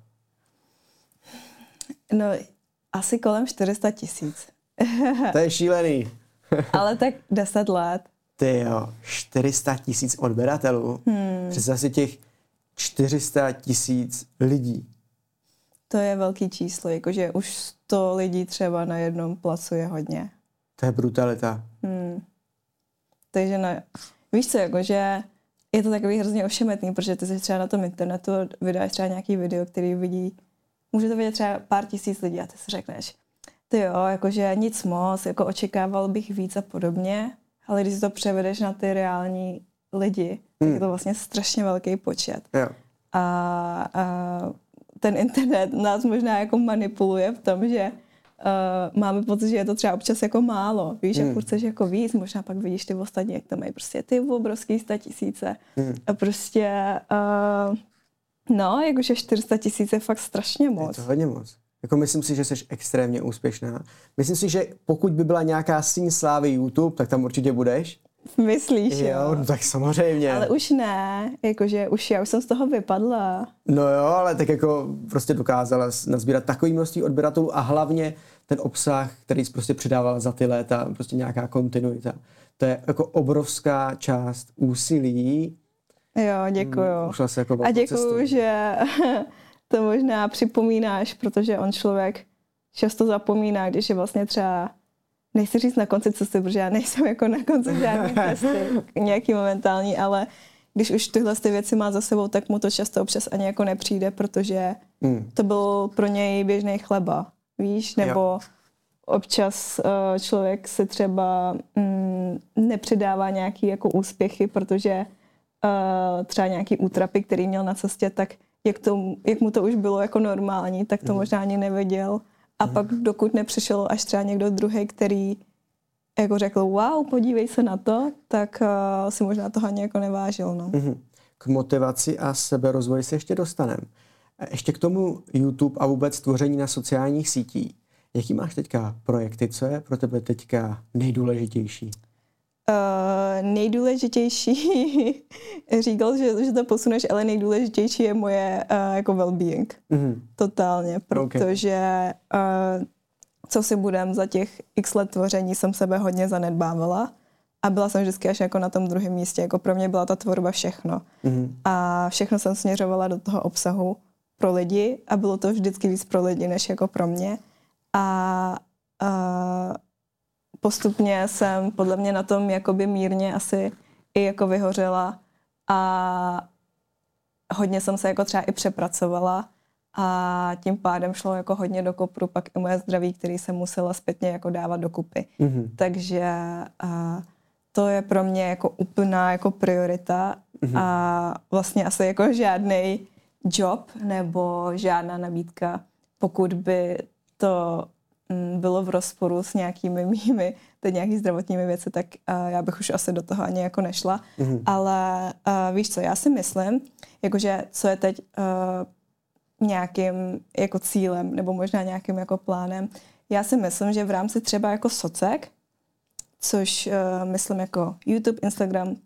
No, asi kolem čtyři sta tisíc. To je šílený. Ale tak deset let. Ty jo, čtyři sta tisíc odběratelů. Hmm. Představ si těch čtyři sta tisíc lidí. To je velký číslo, jakože už sto lidí třeba na jednom placu je hodně. To je brutalita. Hmm. Takže na, víš co, jakože je to takový hrozně ošemetný, protože ty si třeba na tom internetu vydáš třeba nějaký video, který vidí, může to vidět třeba pár tisíc lidí a ty si řekneš, ty jo, jakože nic moc, jako očekával bych víc a podobně, ale když to převedeš na ty reální lidi, hmm. tak je to vlastně strašně velký počet. Jo. A, a ten internet nás možná jako manipuluje v tom, že uh, máme pocit, že je to třeba občas jako málo, víš, hmm. a furt chceš jako víc, možná pak vidíš ty ostatní, jak tam mají prostě ty obrovský statisíce hmm. a prostě uh, no, jakože čtyři sta tisíc je fakt strašně moc. Je to hodně moc. Jako myslím si, že jsi extrémně úspěšná. Myslím si, že pokud by byla nějaká síň slávy YouTube, tak tam určitě budeš. Myslíš, jo? Jo, no tak samozřejmě. Ale už ne, jakože už já už jsem z toho vypadla. No jo, ale tak jako prostě dokázala nazbírat takový množství odběratelů a hlavně ten obsah, který jsi prostě přidávala za ty léta, prostě nějaká kontinuita. To je jako obrovská část úsilí. Jo, děkuju. Ušla se jako a děkuju, že to možná připomínáš, protože on člověk často zapomíná, když je vlastně třeba, nechci říct na konci cesty, protože já nejsem jako na konci žádné cesty, nějaký momentální, ale když už tyhle ty věci má za sebou, tak mu to často občas ani jako nepřijde, protože mm. to byl pro něj běžný chleba, víš, nebo jo. občas uh, člověk se třeba mm, nepřidává nějaký jako úspěchy, protože uh, třeba nějaký útrapy, který měl na cestě, tak jak, to, jak mu to už bylo jako normální, tak to mm. možná ani nevěděl. A mm. pak dokud nepřišel až třeba někdo druhý, který jako řekl, wow, podívej se na to, tak uh, si možná toho ani jako nevážil. No. Mm. K motivaci a seberozvoji se ještě dostaneme. Ještě k tomu YouTube a vůbec tvoření na sociálních sítích. Jaký máš teďka projekty? Co je pro tebe teďka nejdůležitější? Uh, nejdůležitější, říkal, že, že to posuneš, ale nejdůležitější je moje uh, jako well-being. Mm-hmm. Totálně, protože uh, co si budem, za těch x let tvoření jsem sebe hodně zanedbávala a byla jsem vždycky až jako na tom druhém místě. Jako pro mě byla ta tvorba všechno. Mm-hmm. A všechno jsem směřovala do toho obsahu pro lidi a bylo to vždycky víc pro lidi, než jako pro mě. A uh, postupně jsem podle mě na tom jakoby mírně asi i jako vyhořela a hodně jsem se jako třeba i přepracovala a tím pádem šlo jako hodně do kopru pak i moje zdraví, který jsem musela zpětně jako dávat dokupy. Mm-hmm. Takže a, to je pro mě jako úplná jako priorita mm-hmm. a vlastně asi jako žádnej job nebo žádná nabídka, pokud by to mm, bylo v rozporu s nějakými mými teď nějaký zdravotními věci, tak uh, já bych už asi do toho ani jako nešla. Mm-hmm. Ale uh, víš co, já si myslím, jakože co je teď uh, nějakým jako cílem nebo možná nějakým jako plánem, já si myslím, že v rámci třeba jako socek, což uh, myslím jako YouTube, Instagram,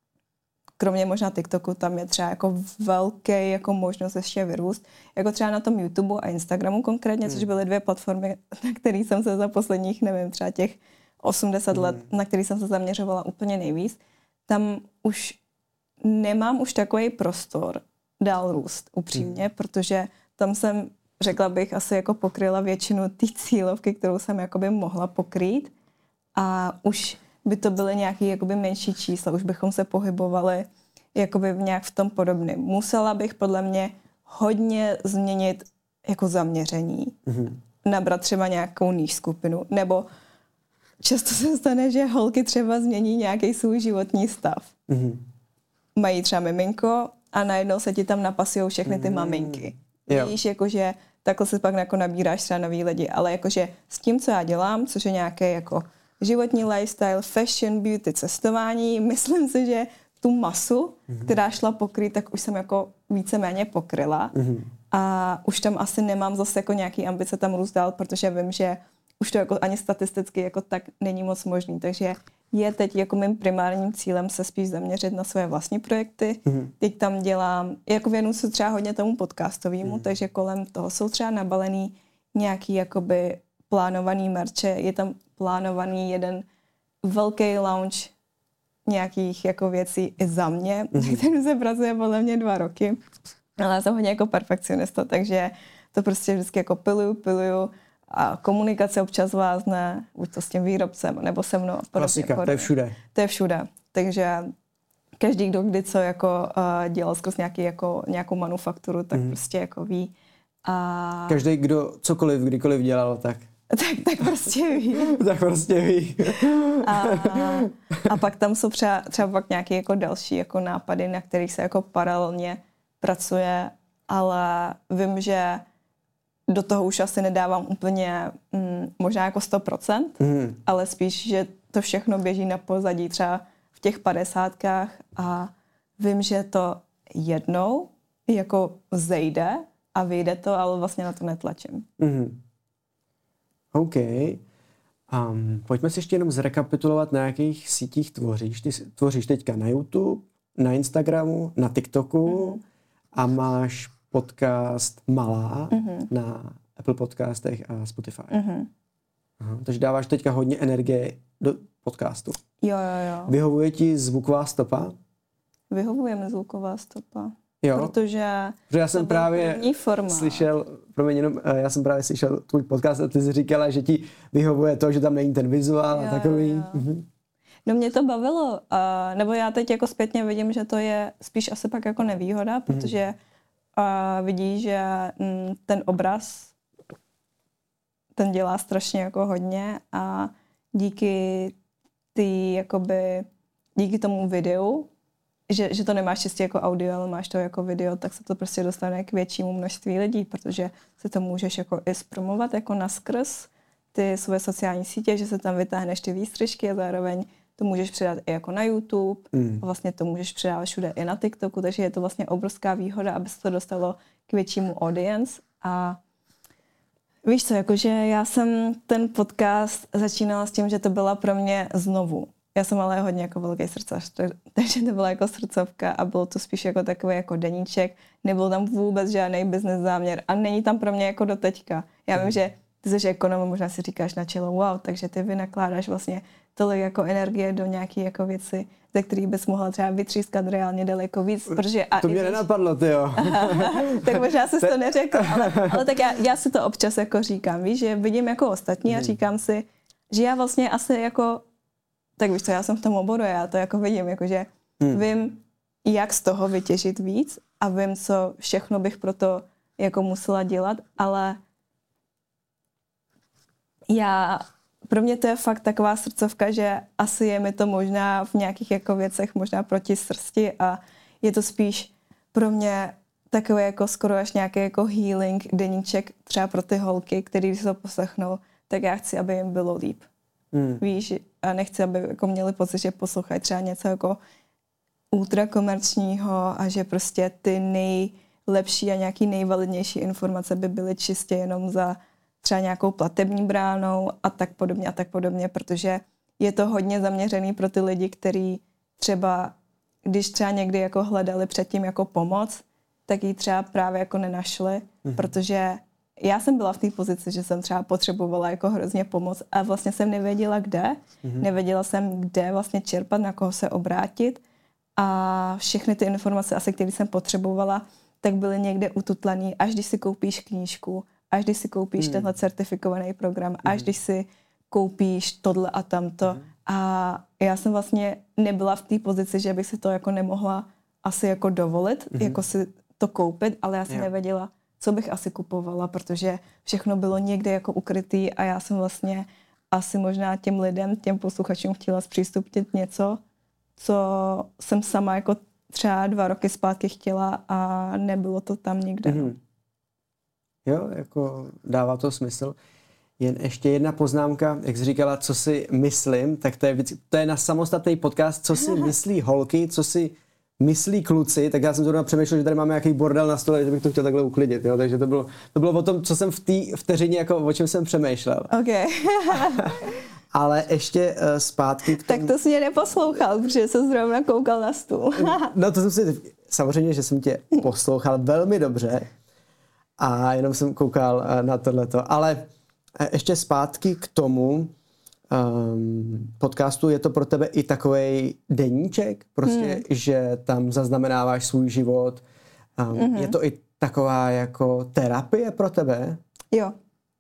kromě možná TikToku, tam je třeba jako velký jako možnost ještě vyrůst. Jako třeba na tom YouTube a Instagramu konkrétně, hmm. což byly dvě platformy, na které jsem se za posledních, nevím, třeba těch osmdesát hmm. let, na který jsem se zaměřovala úplně nejvíc. Tam už nemám už takový prostor dál růst, upřímně, hmm. protože tam jsem, řekla bych, asi jako pokryla většinu té cílovky, kterou jsem jakoby mohla pokrýt. A už by to byly nějaké jakoby menší čísla, už bychom se pohybovali jakoby v nějak v tom podobném. Musela bych podle mě hodně změnit jako zaměření, mm-hmm. nabrat třeba nějakou níž skupinu, nebo často se stane, že holky třeba změní nějaký svůj životní stav. Mm-hmm. Mají třeba miminko a najednou se ti tam napasujou všechny ty mm-hmm. maminky. Yeah. Víš, jakože takhle se pak jako nabíráš třeba nový lidi, ale jakože s tím, co já dělám, což je nějaké jako životní lifestyle, fashion, beauty, cestování. Myslím si, že tu masu, mm-hmm. která šla pokryt, tak už jsem jako víceméně pokryla. Mm-hmm. A už tam asi nemám zase jako nějaký ambice tam růst dál, protože vím, že už to jako ani statisticky jako tak není moc možný. Takže je teď jako mým primárním cílem se spíš zaměřit na své vlastní projekty. Mm-hmm. Teď tam dělám, jako věnuju se třeba hodně tomu podcastovému, mm-hmm. takže kolem toho jsou třeba nabalený nějaký jakoby plánovaný merče, je tam plánovaný jeden velký launch nějakých jako věcí i za mě, mm-hmm. kterým se pracuje podle mě dva roky. Ale já jsem hodně jako perfekcionista, takže to prostě vždycky jako piluju, piluju a komunikace občas vázne, buď to s tím výrobcem, nebo se mnou. Klasika, podobně. To je všude. To je všude. Takže každý, kdo kdy co jako uh, dělal skrz nějaký, jako, nějakou manufakturu, tak mm-hmm. prostě jako ví. A... Každý, kdo cokoliv, kdykoliv dělal, tak... Tak, tak prostě ví. tak prostě ví. a, a pak tam jsou třeba, třeba pak nějaké jako další jako nápady, na kterých se jako paralelně pracuje, ale vím, že do toho už asi nedávám úplně mm, možná jako sto procent, mm. ale spíš, že to všechno běží na pozadí třeba v těch padesátkách a vím, že to jednou jako zejde a vyjde to, ale vlastně na to netlačím. Mm. OK. Um, pojďme si ještě jenom zrekapitulovat, na jakých sítích tvoříš. Ty tvoříš teďka na YouTube, na Instagramu, na TikToku mm. a máš podcast Malá mm-hmm. na Apple podcastech a Spotify. Mm-hmm. Aha, takže dáváš teďka hodně energie do podcastu. Jo, jo, jo. Vyhovuje ti zvuková stopa? Vyhovuje mi zvuková stopa. Jo? Protože, Protože já jsem právě slyšel, promiň, jenom, já jsem právě slyšel tvůj podcast a ty jsi říkala, že ti vyhovuje to, že tam není ten vizuál jo, a takový. Jo. Mhm. No mě to bavilo, uh, nebo já teď jako zpětně vidím, že to je spíš asi pak jako nevýhoda, protože uh, vidí, že mm, ten obraz ten dělá strašně jako hodně a díky ty jakoby, díky tomu videu, že, že to nemáš čistě jako audio, ale máš to jako video, tak se to prostě dostane k většímu množství lidí, protože se to můžeš jako i zpromovat jako naskrz ty své sociální sítě, že se tam vytáhneš ty výstřižky a zároveň to můžeš přidat i jako na YouTube mm. a vlastně to můžeš přidávat všude i na TikToku, takže je to vlastně obrovská výhoda, aby se to dostalo k většímu audience. A víš co, jakože já jsem ten podcast začínala s tím, že to byla pro mě znovu. Já jsem ale hodně jako velký srdcař, takže to byla jako srdcovka a bylo to spíš jako takový jako deníček. Nebyl tam vůbec žádný business záměr a není tam pro mě jako do teďka. Já vím, že ty jsi ekonom, možná si říkáš na čelo wow, takže ty vynakládáš vlastně tolik jako energie do nějaké jako věci, ze kterých bys mohla třeba vytřískat reálně daleko víc. Protože a to mě když... nenapadlo, ty jo. Tak možná jsi to neřekl, ale, ale tak já, já si to občas jako říkám, víš, že vidím jako ostatní a říkám si, že já vlastně asi jako tak víš co, já jsem v tom oboru, já to jako vidím, jakože hmm. vím, jak z toho vytěžit víc a vím, co všechno bych pro to jako musela dělat, ale já, pro mě to je fakt taková srdcovka, že asi je mi to možná v nějakých jako věcech možná proti srsti a je to spíš pro mě takový jako skoro až nějaký jako healing deníček třeba pro ty holky, který když se to poslechnou, tak já chci, aby jim bylo líp. Hmm. Víš, a nechci, aby jako měli pocit, že poslouchají třeba něco jako ultrakomerčního a že prostě ty nejlepší a nějaký nejvalidnější informace by byly čistě jenom za třeba nějakou platební bránou a tak podobně a tak podobně, protože je to hodně zaměřený pro ty lidi, kteří třeba, když třeba někdy jako hledali předtím jako pomoc, tak ji třeba právě jako nenašli, mm-hmm. protože já jsem byla v té pozici, že jsem třeba potřebovala jako hrozně pomoc a vlastně jsem nevěděla kde, mm-hmm. nevěděla jsem kde vlastně čerpat, na koho se obrátit a všechny ty informace asi, které jsem potřebovala, tak byly někde ututlaný, až když si koupíš knížku, až když si koupíš mm. tenhle certifikovaný program, mm. až když si koupíš tohle a tamto. Mm. A já jsem vlastně nebyla v té pozici, že bych si to jako nemohla asi jako dovolit, mm. jako si to koupit, ale já jsem yeah. nevěděla, co bych asi kupovala, protože všechno bylo někde jako ukrytý a já jsem vlastně asi možná těm lidem, těm posluchačům chtěla zpřístupnit něco, co jsem sama jako třeba dva roky zpátky chtěla a nebylo to tam nikde. Mm. Jo, jako dává to smysl. Jen ještě jedna poznámka, jak jsi říkala, co si myslím, tak to je, to je na samostatný podcast, co si myslí holky, co si myslí kluci, tak já jsem zrovna přemýšlel, že tady máme nějaký bordel na stole, že bych to chtěl takhle uklidit, jo? Takže to bylo, to bylo o tom, co jsem v té vteřině, jako o čem jsem přemýšlel. Okay. Ale ještě uh, zpátky k tomu... Tak to jsi mě neposlouchal, protože jsem zrovna koukal na stůl. No to jsem si, samozřejmě, že jsem tě poslouchal velmi dobře a jenom jsem koukal uh, na tohleto, ale uh, ještě zpátky k tomu um, podcastu, je to pro tebe i takovej deníček, prostě, hmm. že tam zaznamenáváš svůj život. Um, mm-hmm. Je to i taková jako terapie pro tebe? Jo.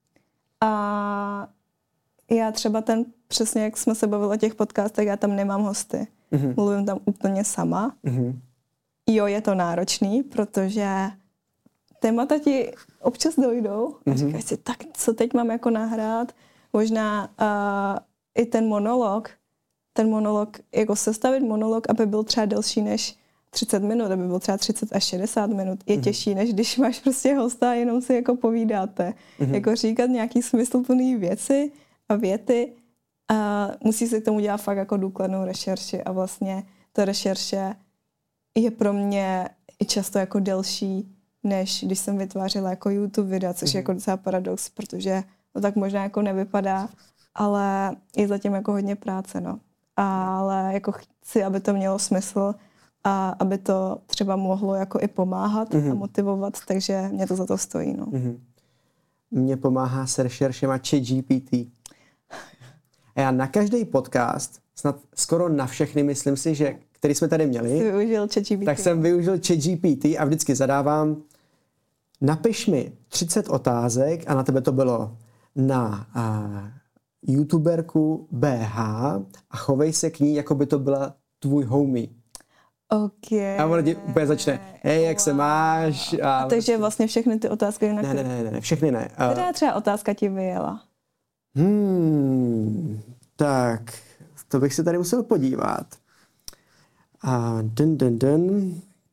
A já třeba ten, přesně jak jsme se bavili o těch podcastech, já tam nemám hosty. Mm-hmm. Mluvím tam úplně sama. Mm-hmm. Jo, je to náročný, protože témata ti občas dojdou a mm-hmm. říkáš si, tak co teď mám jako nahrát? Možná uh, i ten monolog, ten monolog, jako sestavit monolog, aby byl třeba delší než třicet minut, aby byl třeba třicet až šedesát minut, je mm-hmm. těžší, než když máš prostě hosta a jenom si jako povídáte. Mm-hmm. Jako říkat nějaký smysluplný věci a věty a musí se k tomu dělat fakt jako důkladnou rešerši a vlastně ta rešerše je pro mě i často jako delší, než když jsem vytvářela jako YouTube videa, což mm-hmm. je jako docela paradox, protože to tak možná jako nevypadá, ale je zatím jako hodně práce, no. Ale jako chci, aby to mělo smysl a aby to třeba mohlo jako i pomáhat mm-hmm. a motivovat, takže mě to za to stojí, no. Mm-hmm. Mně pomáhá s rešeršema ChatGPT. A já na každý podcast, snad skoro na všechny, myslím si, že který jsme tady měli, jsi využil ChatGPT. Tak jsem využil ChatGPT a vždycky zadávám, napiš mi třicet otázek a na tebe to bylo na a, youtuberku bé há a chovej se k ní, jako by to byla tvůj homie. Okay. A ono ti úplně začne, hej, jak wow. se máš? A, a takže vlastně všechny ty otázky... Ne, ne, ne, ne, všechny ne. Která třeba otázka ti vyjela? Hmm, tak, to bych se tady musel podívat. A dun, dun, dun.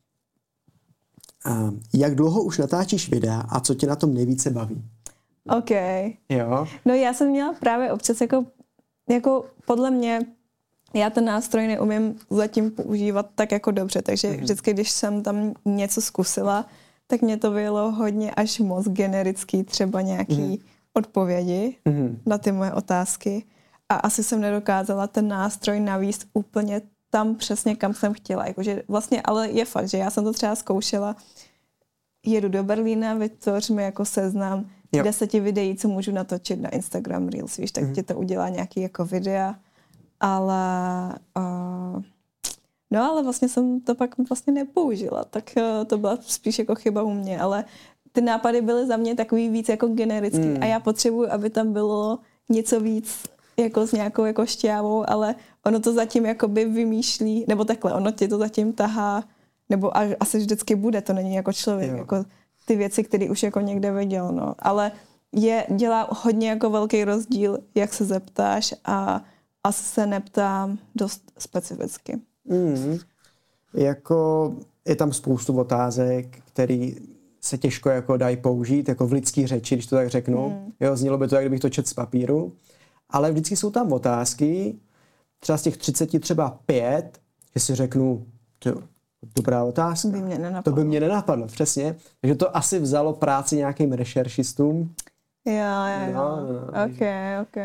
A jak dlouho už natáčíš videa a co tě na tom nejvíce baví? OK. Jo. No já jsem měla právě občas jako, jako podle mě, já ten nástroj neumím zatím používat tak jako dobře, takže mm. vždycky, když jsem tam něco zkusila, tak mě to vyjelo hodně až moc generický, třeba nějaký mm. odpovědi mm. na ty moje otázky a asi jsem nedokázala ten nástroj navíst úplně tam přesně, kam jsem chtěla. Jakože vlastně, ale je fakt, že já jsem to třeba zkoušela, jedu do Berlína, vytvoř mi jako seznam jo. deseti videí, co můžu natočit na Instagram Reels, víš, tak mm. ti to udělá nějaký jako videa, ale uh, no ale vlastně jsem to pak vlastně nepoužila, tak uh, to byla spíš jako chyba u mě, ale ty nápady byly za mě takový víc jako generický mm. a já potřebuji, aby tam bylo něco víc jako s nějakou jako šťávou, ale ono to zatím jakoby vymýšlí, nebo takhle, ono ti to zatím tahá, nebo až, asi vždycky bude, to není jako člověk, jo. jako ty věci, které už jako někde viděl, no. Ale je, dělá hodně jako velký rozdíl, jak se zeptáš a asi se neptám dost specificky. Mm. Jako je tam spoustu otázek, které se těžko jako dají použít, jako v lidský řeči, když to tak řeknu. Mm. Jo, znělo by to, jak kdybych to četl z papíru. Ale vždycky jsou tam otázky, třeba z těch třiceti třeba pět, že si řeknu, to dobrá otázka. By mě to by mě nenapadlo, přesně. Takže to asi vzalo práci nějakým rešeršistům. Jo, jo, jo. No, no, no. Ok, ok.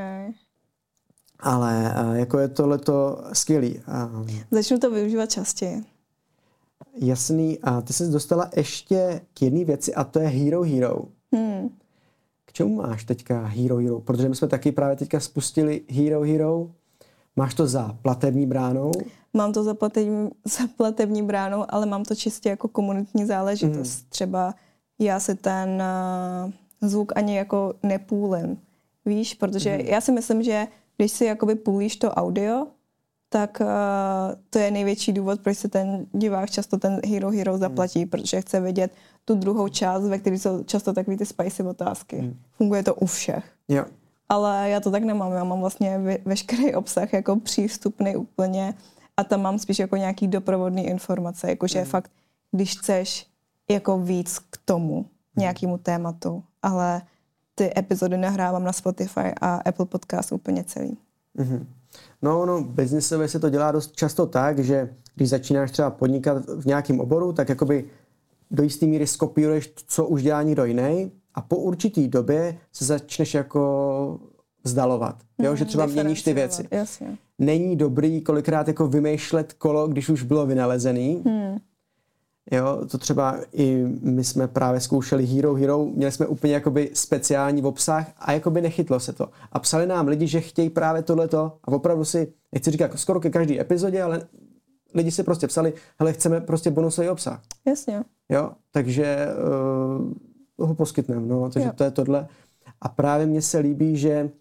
Ale jako je tohleto skvělý. Začnu to využívat častěji. Jasný. A ty jsi dostala ještě k jedné věci a to je Hero Hero. Hmm. K čemu máš teďka Hero Hero? Protože my jsme taky právě teďka spustili Hero Hero. Máš to za platební bránou? Mám to za platební, za platební bránou, ale mám to čistě jako komunitní záležitost. Hmm. Třeba já si ten uh, zvuk ani jako nepůlím. Víš? Protože hmm. já si myslím, že když si jakoby půlíš to audio, tak uh, to je největší důvod, proč se ten divák často ten Hero Hero zaplatí, hmm. protože chce vidět tu druhou část, ve které jsou často takový ty spicy otázky. Hmm. Funguje to u všech. Jo. Ale já to tak nemám. Já mám vlastně ve, veškerý obsah jako přístupný úplně a tam mám spíš jako nějaký doprovodný informace, jakože hmm. fakt, když chceš jako víc k tomu hmm. nějakému tématu, ale ty epizody nahrávám na Spotify a Apple Podcast úplně celý. Mm-hmm. No, no, biznisově se to dělá dost často tak, že když začínáš třeba podnikat v nějakém oboru, tak jakoby do jisté míry skopíruješ to, co už dělá někdo jiný a po určitý době se začneš jako vzdalovat. Mm, jo, že třeba měníš ty věci. Jasně. Není dobrý kolikrát jako vymýšlet kolo, když už bylo vynalezený. Mm. Jo, to třeba i my jsme právě zkoušeli Hero Hero, měli jsme úplně jakoby speciální obsah a jakoby nechytlo se to. A psali nám lidi, že chtějí právě tohleto a opravdu si, nechci říkat skoro ke každý epizodě, ale lidi si prostě psali, hele, chceme prostě bonusový obsah. Jasně. Jo, takže uh, ho poskytneme, no, takže jo. To je tohle. A právě mně se líbí, že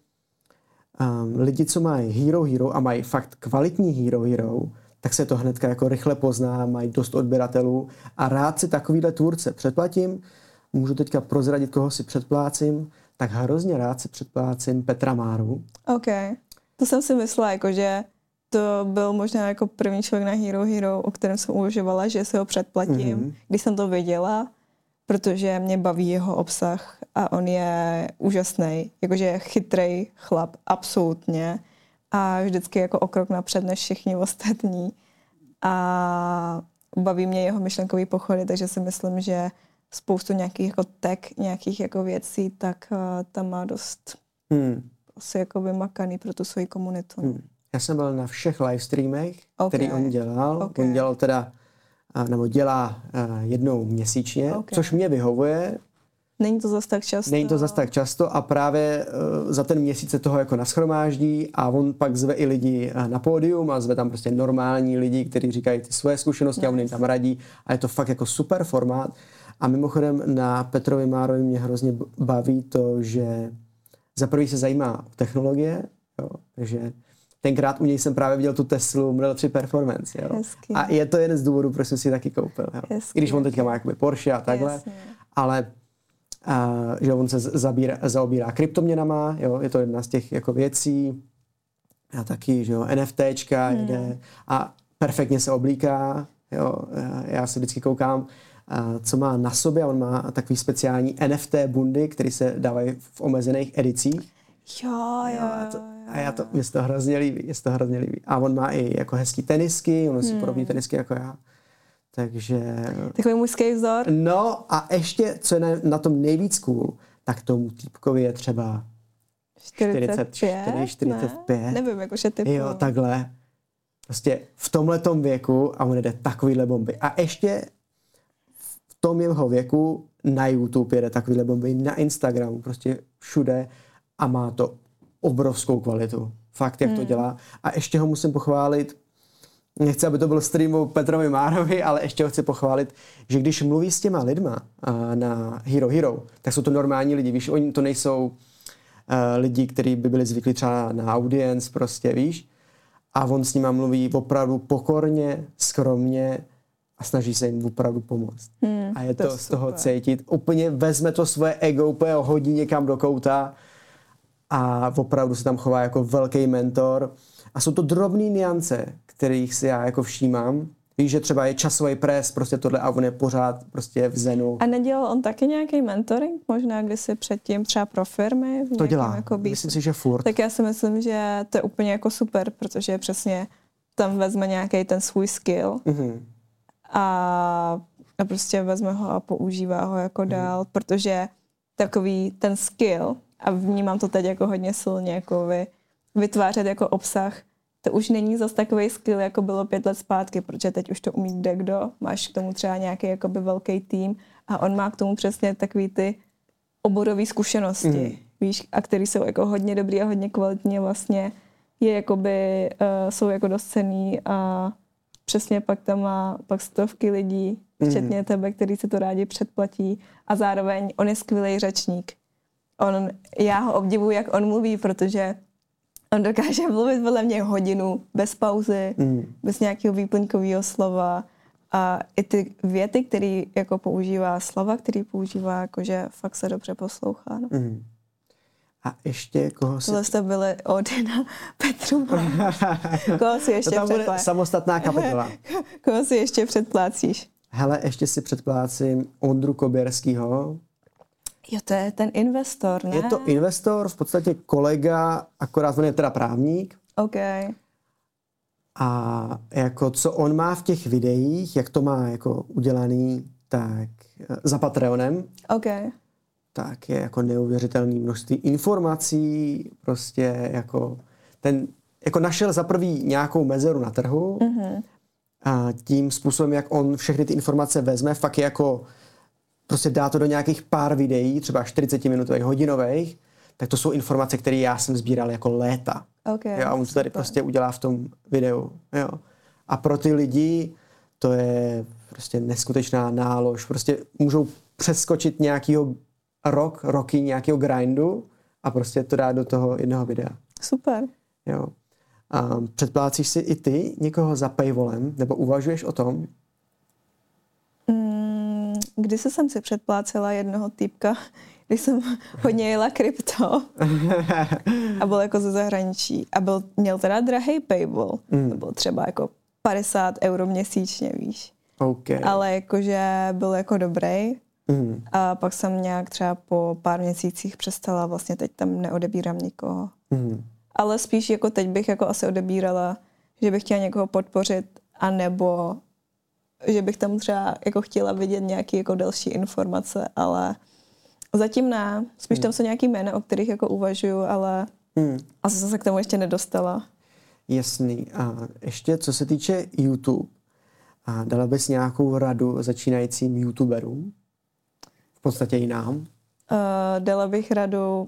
um, lidi, co mají Hero Hero a mají fakt kvalitní Hero Hero, tak se to hnedka jako rychle pozná, mají dost odběratelů a rád si takovýhle tvůrce předplatím. Můžu teďka prozradit, koho si předplácím, tak hrozně rád si předplácím Petra Máru. OK. To jsem si myslela, jako, že to byl možná jako první člověk na Hero Hero, o kterém jsem uvažovala, že si ho předplatím, mm-hmm. když jsem to věděla, protože mě baví jeho obsah a on je úžasný, jakože je chytrej chlap, absolutně. A vždycky jako o krok napřed než všichni ostatní. A baví mě jeho myšlenkový pochody, takže si myslím, že spoustu nějakých jako tech, nějakých jako věcí, tak uh, tam má dost hmm. asi jako vymakaný pro tu svoji komunitu. Hmm. Já jsem byl na všech livestreamech, okay. který on dělal. Okay. On dělal teda, nebo dělá jednou měsíčně, okay. což mě vyhovuje. Není to zas tak často. Není to zas tak často a právě uh, za ten měsíc se toho jako nashromáždí a on pak zve i lidi na pódium a zve tam prostě normální lidi, kteří říkají ty svoje zkušenosti nice. A on jim tam radí a je to fakt jako super formát. A mimochodem na Petrovi Márovi mě hrozně baví to, že za prvý se zajímá o technologie, jo, takže tenkrát u něj jsem právě viděl tu Teslu Model tři Performance. Jo. A je to jeden z důvodů, proč jsem si ji taky koupil. Jo. Hezky, I když on teďka má jakoby Porsche a takhle, jasně. Ale a, že on se zabírá, zaobírá kryptoměnama, jo, je to jedna z těch jako věcí. A taky, že jo, NFTčka hmm. jde a perfektně se oblíká. Jo. Já se vždycky koukám, a, co má na sobě. On má takový speciální N F T bundy, které se dávají v omezených edicích. Jo, jo, a, to, a já to, mě se to hrozně líbí, mě se to hrozně líbí. A on má i jako hezký tenisky, on nosí hmm. podobný tenisky jako já. Takže... Takový mužský vzor. No a ještě, co je na, na tom nejvíc cool, tak tomu týpkovi je třeba čtyřicet pět, čtyřicet pět. Ne? Nevím, jakože typu. Jo, takhle. Prostě v tomhletom věku a on jede takovýhle bomby. A ještě v tom jeho věku na YouTube jede takovýhle bomby, na Instagramu, prostě všude a má to obrovskou kvalitu. Fakt, jak hmm. to dělá. A ještě ho musím pochválit, nechci, aby to byl stream o Petrovi Márovi, ale ještě ho chci pochválit, že když mluví s těma lidma na Hero Hero, tak jsou to normální lidi, víš, oni to nejsou uh, lidi, kteří by byli zvyklí třeba na audience, prostě, víš, a on s nima mluví opravdu pokorně, skromně a snaží se jim opravdu pomoct. Hmm, a je to, to z toho super. cítit. Úplně vezme to svoje ego, úplně ho hodí někam do kouta a opravdu se tam chová jako velký mentor. A jsou to drobné nuance, kterých si já jako všímám. Víš, že třeba je časový pres, prostě tohle a on je pořád prostě v zenu. A nedělal on taky nějaký mentoring? Možná kdysi předtím třeba pro firmy? To dělá. Jako Myslím si, že furt. Tak já si myslím, že to je úplně jako super, protože přesně tam vezme nějaký ten svůj skill Mm-hmm. a, a prostě vezme ho a používá ho jako mm-hmm. dál, protože takový ten skill, a vnímám to teď jako hodně silně, jako vy, vytvářet jako obsah, to už není zas takový skill, jako bylo pět let zpátky, protože teď už to umí kdekdo, máš k tomu třeba nějaký jakoby velký tým a on má k tomu přesně takový ty oborové zkušenosti, mm. víš, a který jsou jako hodně dobrý a hodně kvalitní a vlastně je jakoby, uh, jsou jako dost cenný a přesně pak tam má pak stovky lidí, včetně mm. tebe, který si to rádi předplatí a zároveň on je skvělý řečník. On, já ho obdivuji, jak on mluví, protože on dokáže mluvit podle mě hodinu bez pauzy, mm. bez nějakého výplňkového slova a i ty věty, které jako používá, slova, které používá, jakože fakt se dobře poslouchá. No. Mm. A ještě koho si... Tohle jste byli Odina Petru. Koho si ještě to tam bude předplá... samostatná kapitola. Koho si ještě předplácíš? Hele, ještě si předplácím Ondru Koběrskýho. Jo, to je ten investor, ne? Je to investor, v podstatě kolega, akorát on je teda právník. OK. A jako co on má v těch videích, jak to má jako udělaný, tak za Patreonem. OK. Tak je jako neuvěřitelné množství informací, prostě jako ten, jako našel za prvý nějakou mezeru na trhu mm-hmm. a tím způsobem, jak on všechny ty informace vezme, fakt je jako prostě dá to do nějakých pár videí, třeba čtyřicetiminutových, hodinových, tak to jsou informace, které já jsem sbíral jako léta. Okay, jo, a on to tady super. prostě udělá v tom videu. Jo. A pro ty lidi to je prostě neskutečná nálož. Prostě můžou přeskočit nějakýho rok, roky nějakého grindu a prostě to dát do toho jednoho videa. Super. Jo. A předplácíš si i ty někoho za paywallem, nebo uvažuješ o tom? Mm, kdysi jsem si předplácela jednoho týpka, když jsem hodně jela krypto a byl jako ze zahraničí a byl, měl teda drahý paywall. Mm. To bylo třeba jako padesát euro měsíčně, víš. Okay. Ale jakože byl jako dobrý. Mm. A pak jsem nějak třeba po pár měsících přestala, vlastně teď tam neodebírám nikoho. Mm. Ale spíš jako teď bych jako asi odebírala, že bych chtěla někoho podpořit, anebo že bych tam třeba jako chtěla vidět nějaké jako další informace, ale zatím ne. Spíš mm. tam jsou nějaký jména, o kterých jako uvažuju, ale mm. asi jsem se k tomu ještě nedostala. Jasný. A ještě co se týče YouTube, a dala bys nějakou radu začínajícím YouTuberům? V podstatě i nám. Uh, dala bych radu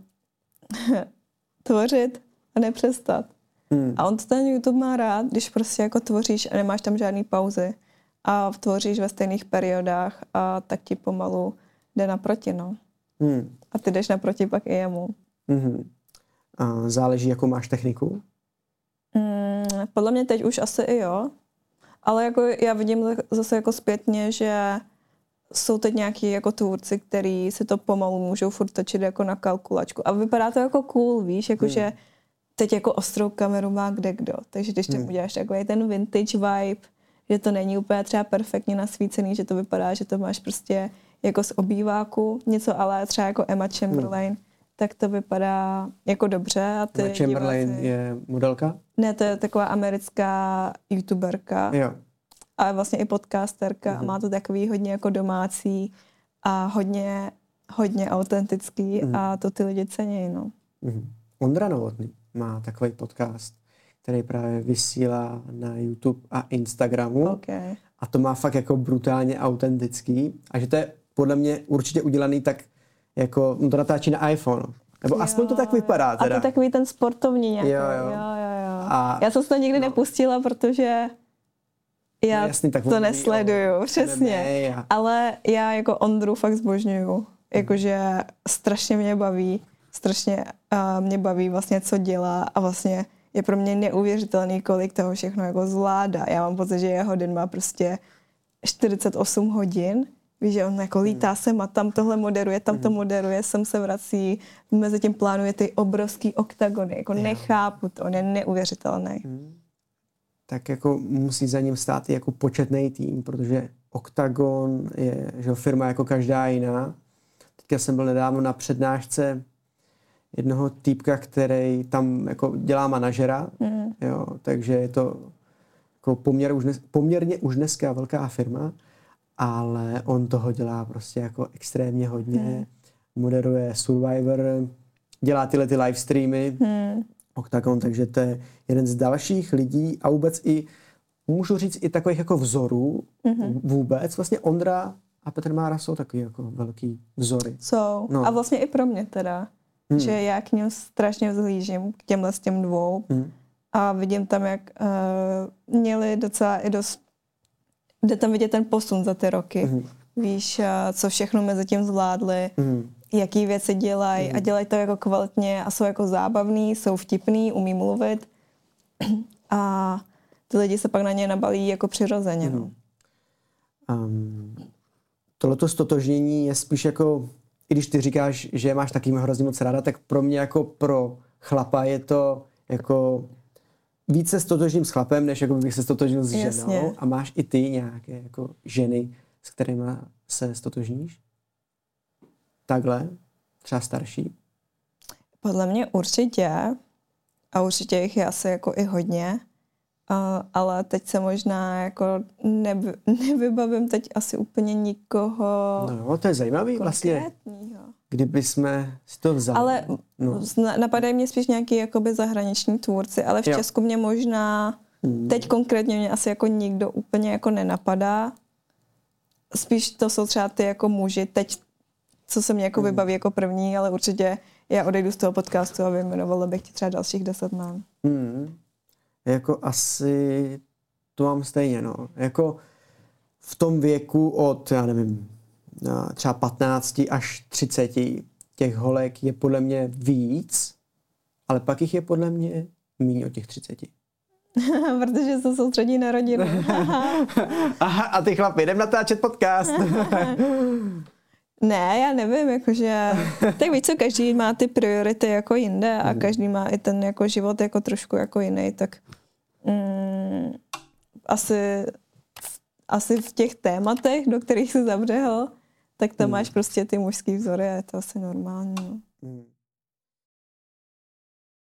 tvořit a nepřestat. Hmm. A on to ten YouTube má rád, když prostě jako tvoříš a nemáš tam žádný pauzy a tvoříš ve stejných periodách a tak ti pomalu jde naproti, no. Hmm. A ty jdeš naproti pak i jemu. Hmm. A záleží, jakou máš techniku? Hmm, podle mě teď už asi i jo. Ale jako já vidím zase jako zpětně, že jsou teď nějaký jako tvůrci, který si to pomalu můžou furt točit jako na kalkulačku. A vypadá to jako cool, víš, jakože hmm. teď jako ostrou kameru má kdekdo. Takže když tam hmm. uděláš takový ten vintage vibe, že to není úplně třeba perfektně nasvícený, že to vypadá, že to máš prostě jako z obýváku, něco ale třeba jako Emma Chamberlain, hmm. tak to vypadá jako dobře. A ty Emma Chamberlain diváci... je modelka? Ne, to je taková americká youtuberka. Jo. A vlastně i podcasterka. Mm-hmm. A má to takový hodně jako domácí a hodně, hodně autentický mm-hmm. a to ty lidi cení, no. Mm-hmm. Ondra Novotný má takový podcast, který právě vysílá na YouTube a Instagramu. Okay. A to má fakt jako brutálně autentický. A že to je podle mě určitě udělaný tak, jako on to natáčí na iPhone. Nebo jo, aspoň to tak vypadá teda. A to takový ten sportovní nějaký. Jo, jo. jo, jo, jo. A, já jsem se to nikdy no. nepustila, protože já no jasný, tak to nesleduju, přesně. A... Ale já jako Ondru fakt zbožňuju. Jakože strašně mě baví, strašně uh, mě baví vlastně, co dělá a vlastně je pro mě neuvěřitelný, kolik toho všechno jako zvládá. Já mám pocit, že jeho den má prostě čtyřicet osm hodin. Víš, že on jako lítá sem a tam tohle moderuje, tam to moderuje, sem se vrací, mezi tím plánuje ty obrovský oktagony. Jako nechápu to, on je neuvěřitelný. Hmm. Tak jako musí za ním stát i jako početný tým, protože Oktagon je že firma jako každá jiná. Teďka jsem byl nedávno na přednášce jednoho týpka, který tam jako dělá manažera, hmm. jo, takže je to jako poměr už dnes, poměrně už dneska velká firma, ale on toho dělá prostě jako extrémně hodně. Hmm. Moderuje Survivor, dělá tyhle ty live streamy, hmm. Oktagon, takže to je jeden z dalších lidí a vůbec i, můžu říct, i takových jako vzorů hmm. vůbec. Vlastně Ondra a Petr Mára jsou takový jako velký vzory. Jsou. No. A vlastně i pro mě teda. Hmm. Že já k ním strašně vzhlížím, k těmhle s těm dvou. Hmm. A vidím tam, jak uh, měli docela i dost, jde tam vidět ten posun za ty roky. Hmm. Víš, uh, co všechno mezi tím zvládli, hmm. jaký věci dělají hmm. a dělají to jako kvalitně a jsou jako zábavný, jsou vtipný, umí mluvit a ty lidi se pak na ně nabalí jako přirozeně. Hmm. No. Um, tohleto stotožnění je spíš jako, i když ty říkáš, že máš taky hrozně moc ráda, tak pro mě jako pro chlapa je to jako více stotožním s chlapem, než jako bych se stotožnil s ženou. Jasně. A máš i ty nějaké jako ženy, s kterými se stotožníš? Takhle? Třeba starší? Podle mě určitě. A určitě jich je asi jako i hodně. Uh, ale teď se možná jako nevy, nevybavím teď asi úplně nikoho. No, to je zajímavý vlastně. Kdyby jsme si to vzali. Ale no. napadají mě spíš nějaký jakoby zahraniční tvůrci, ale v jo. Česku mě možná, hmm. teď konkrétně mě asi jako nikdo úplně jako nenapadá. Spíš to jsou třeba ty jako muži, teď, co se mě jako vybaví jako první, ale určitě já odejdu z toho podcastu a vyjmenovala bych ti třeba dalších deset mám. Hmm. Jako asi to mám stejně, no. Jako v tom věku od, já nevím, třeba patnácti až třiceti těch holek je podle mě víc, ale pak jich je podle mě míň od těch třiceti. Protože se soustředí na rodinu. Aha, a ty chlapi, jdem natáčet podcast. Ne, já nevím, jakože, tak víš co, každý má ty priority jako jinde a každý má i ten jako život jako trošku jako jiný, tak mm, asi, asi v těch tématech, do kterých se zabřehl, tak tam máš prostě ty mužský vzory a je to asi normální. No.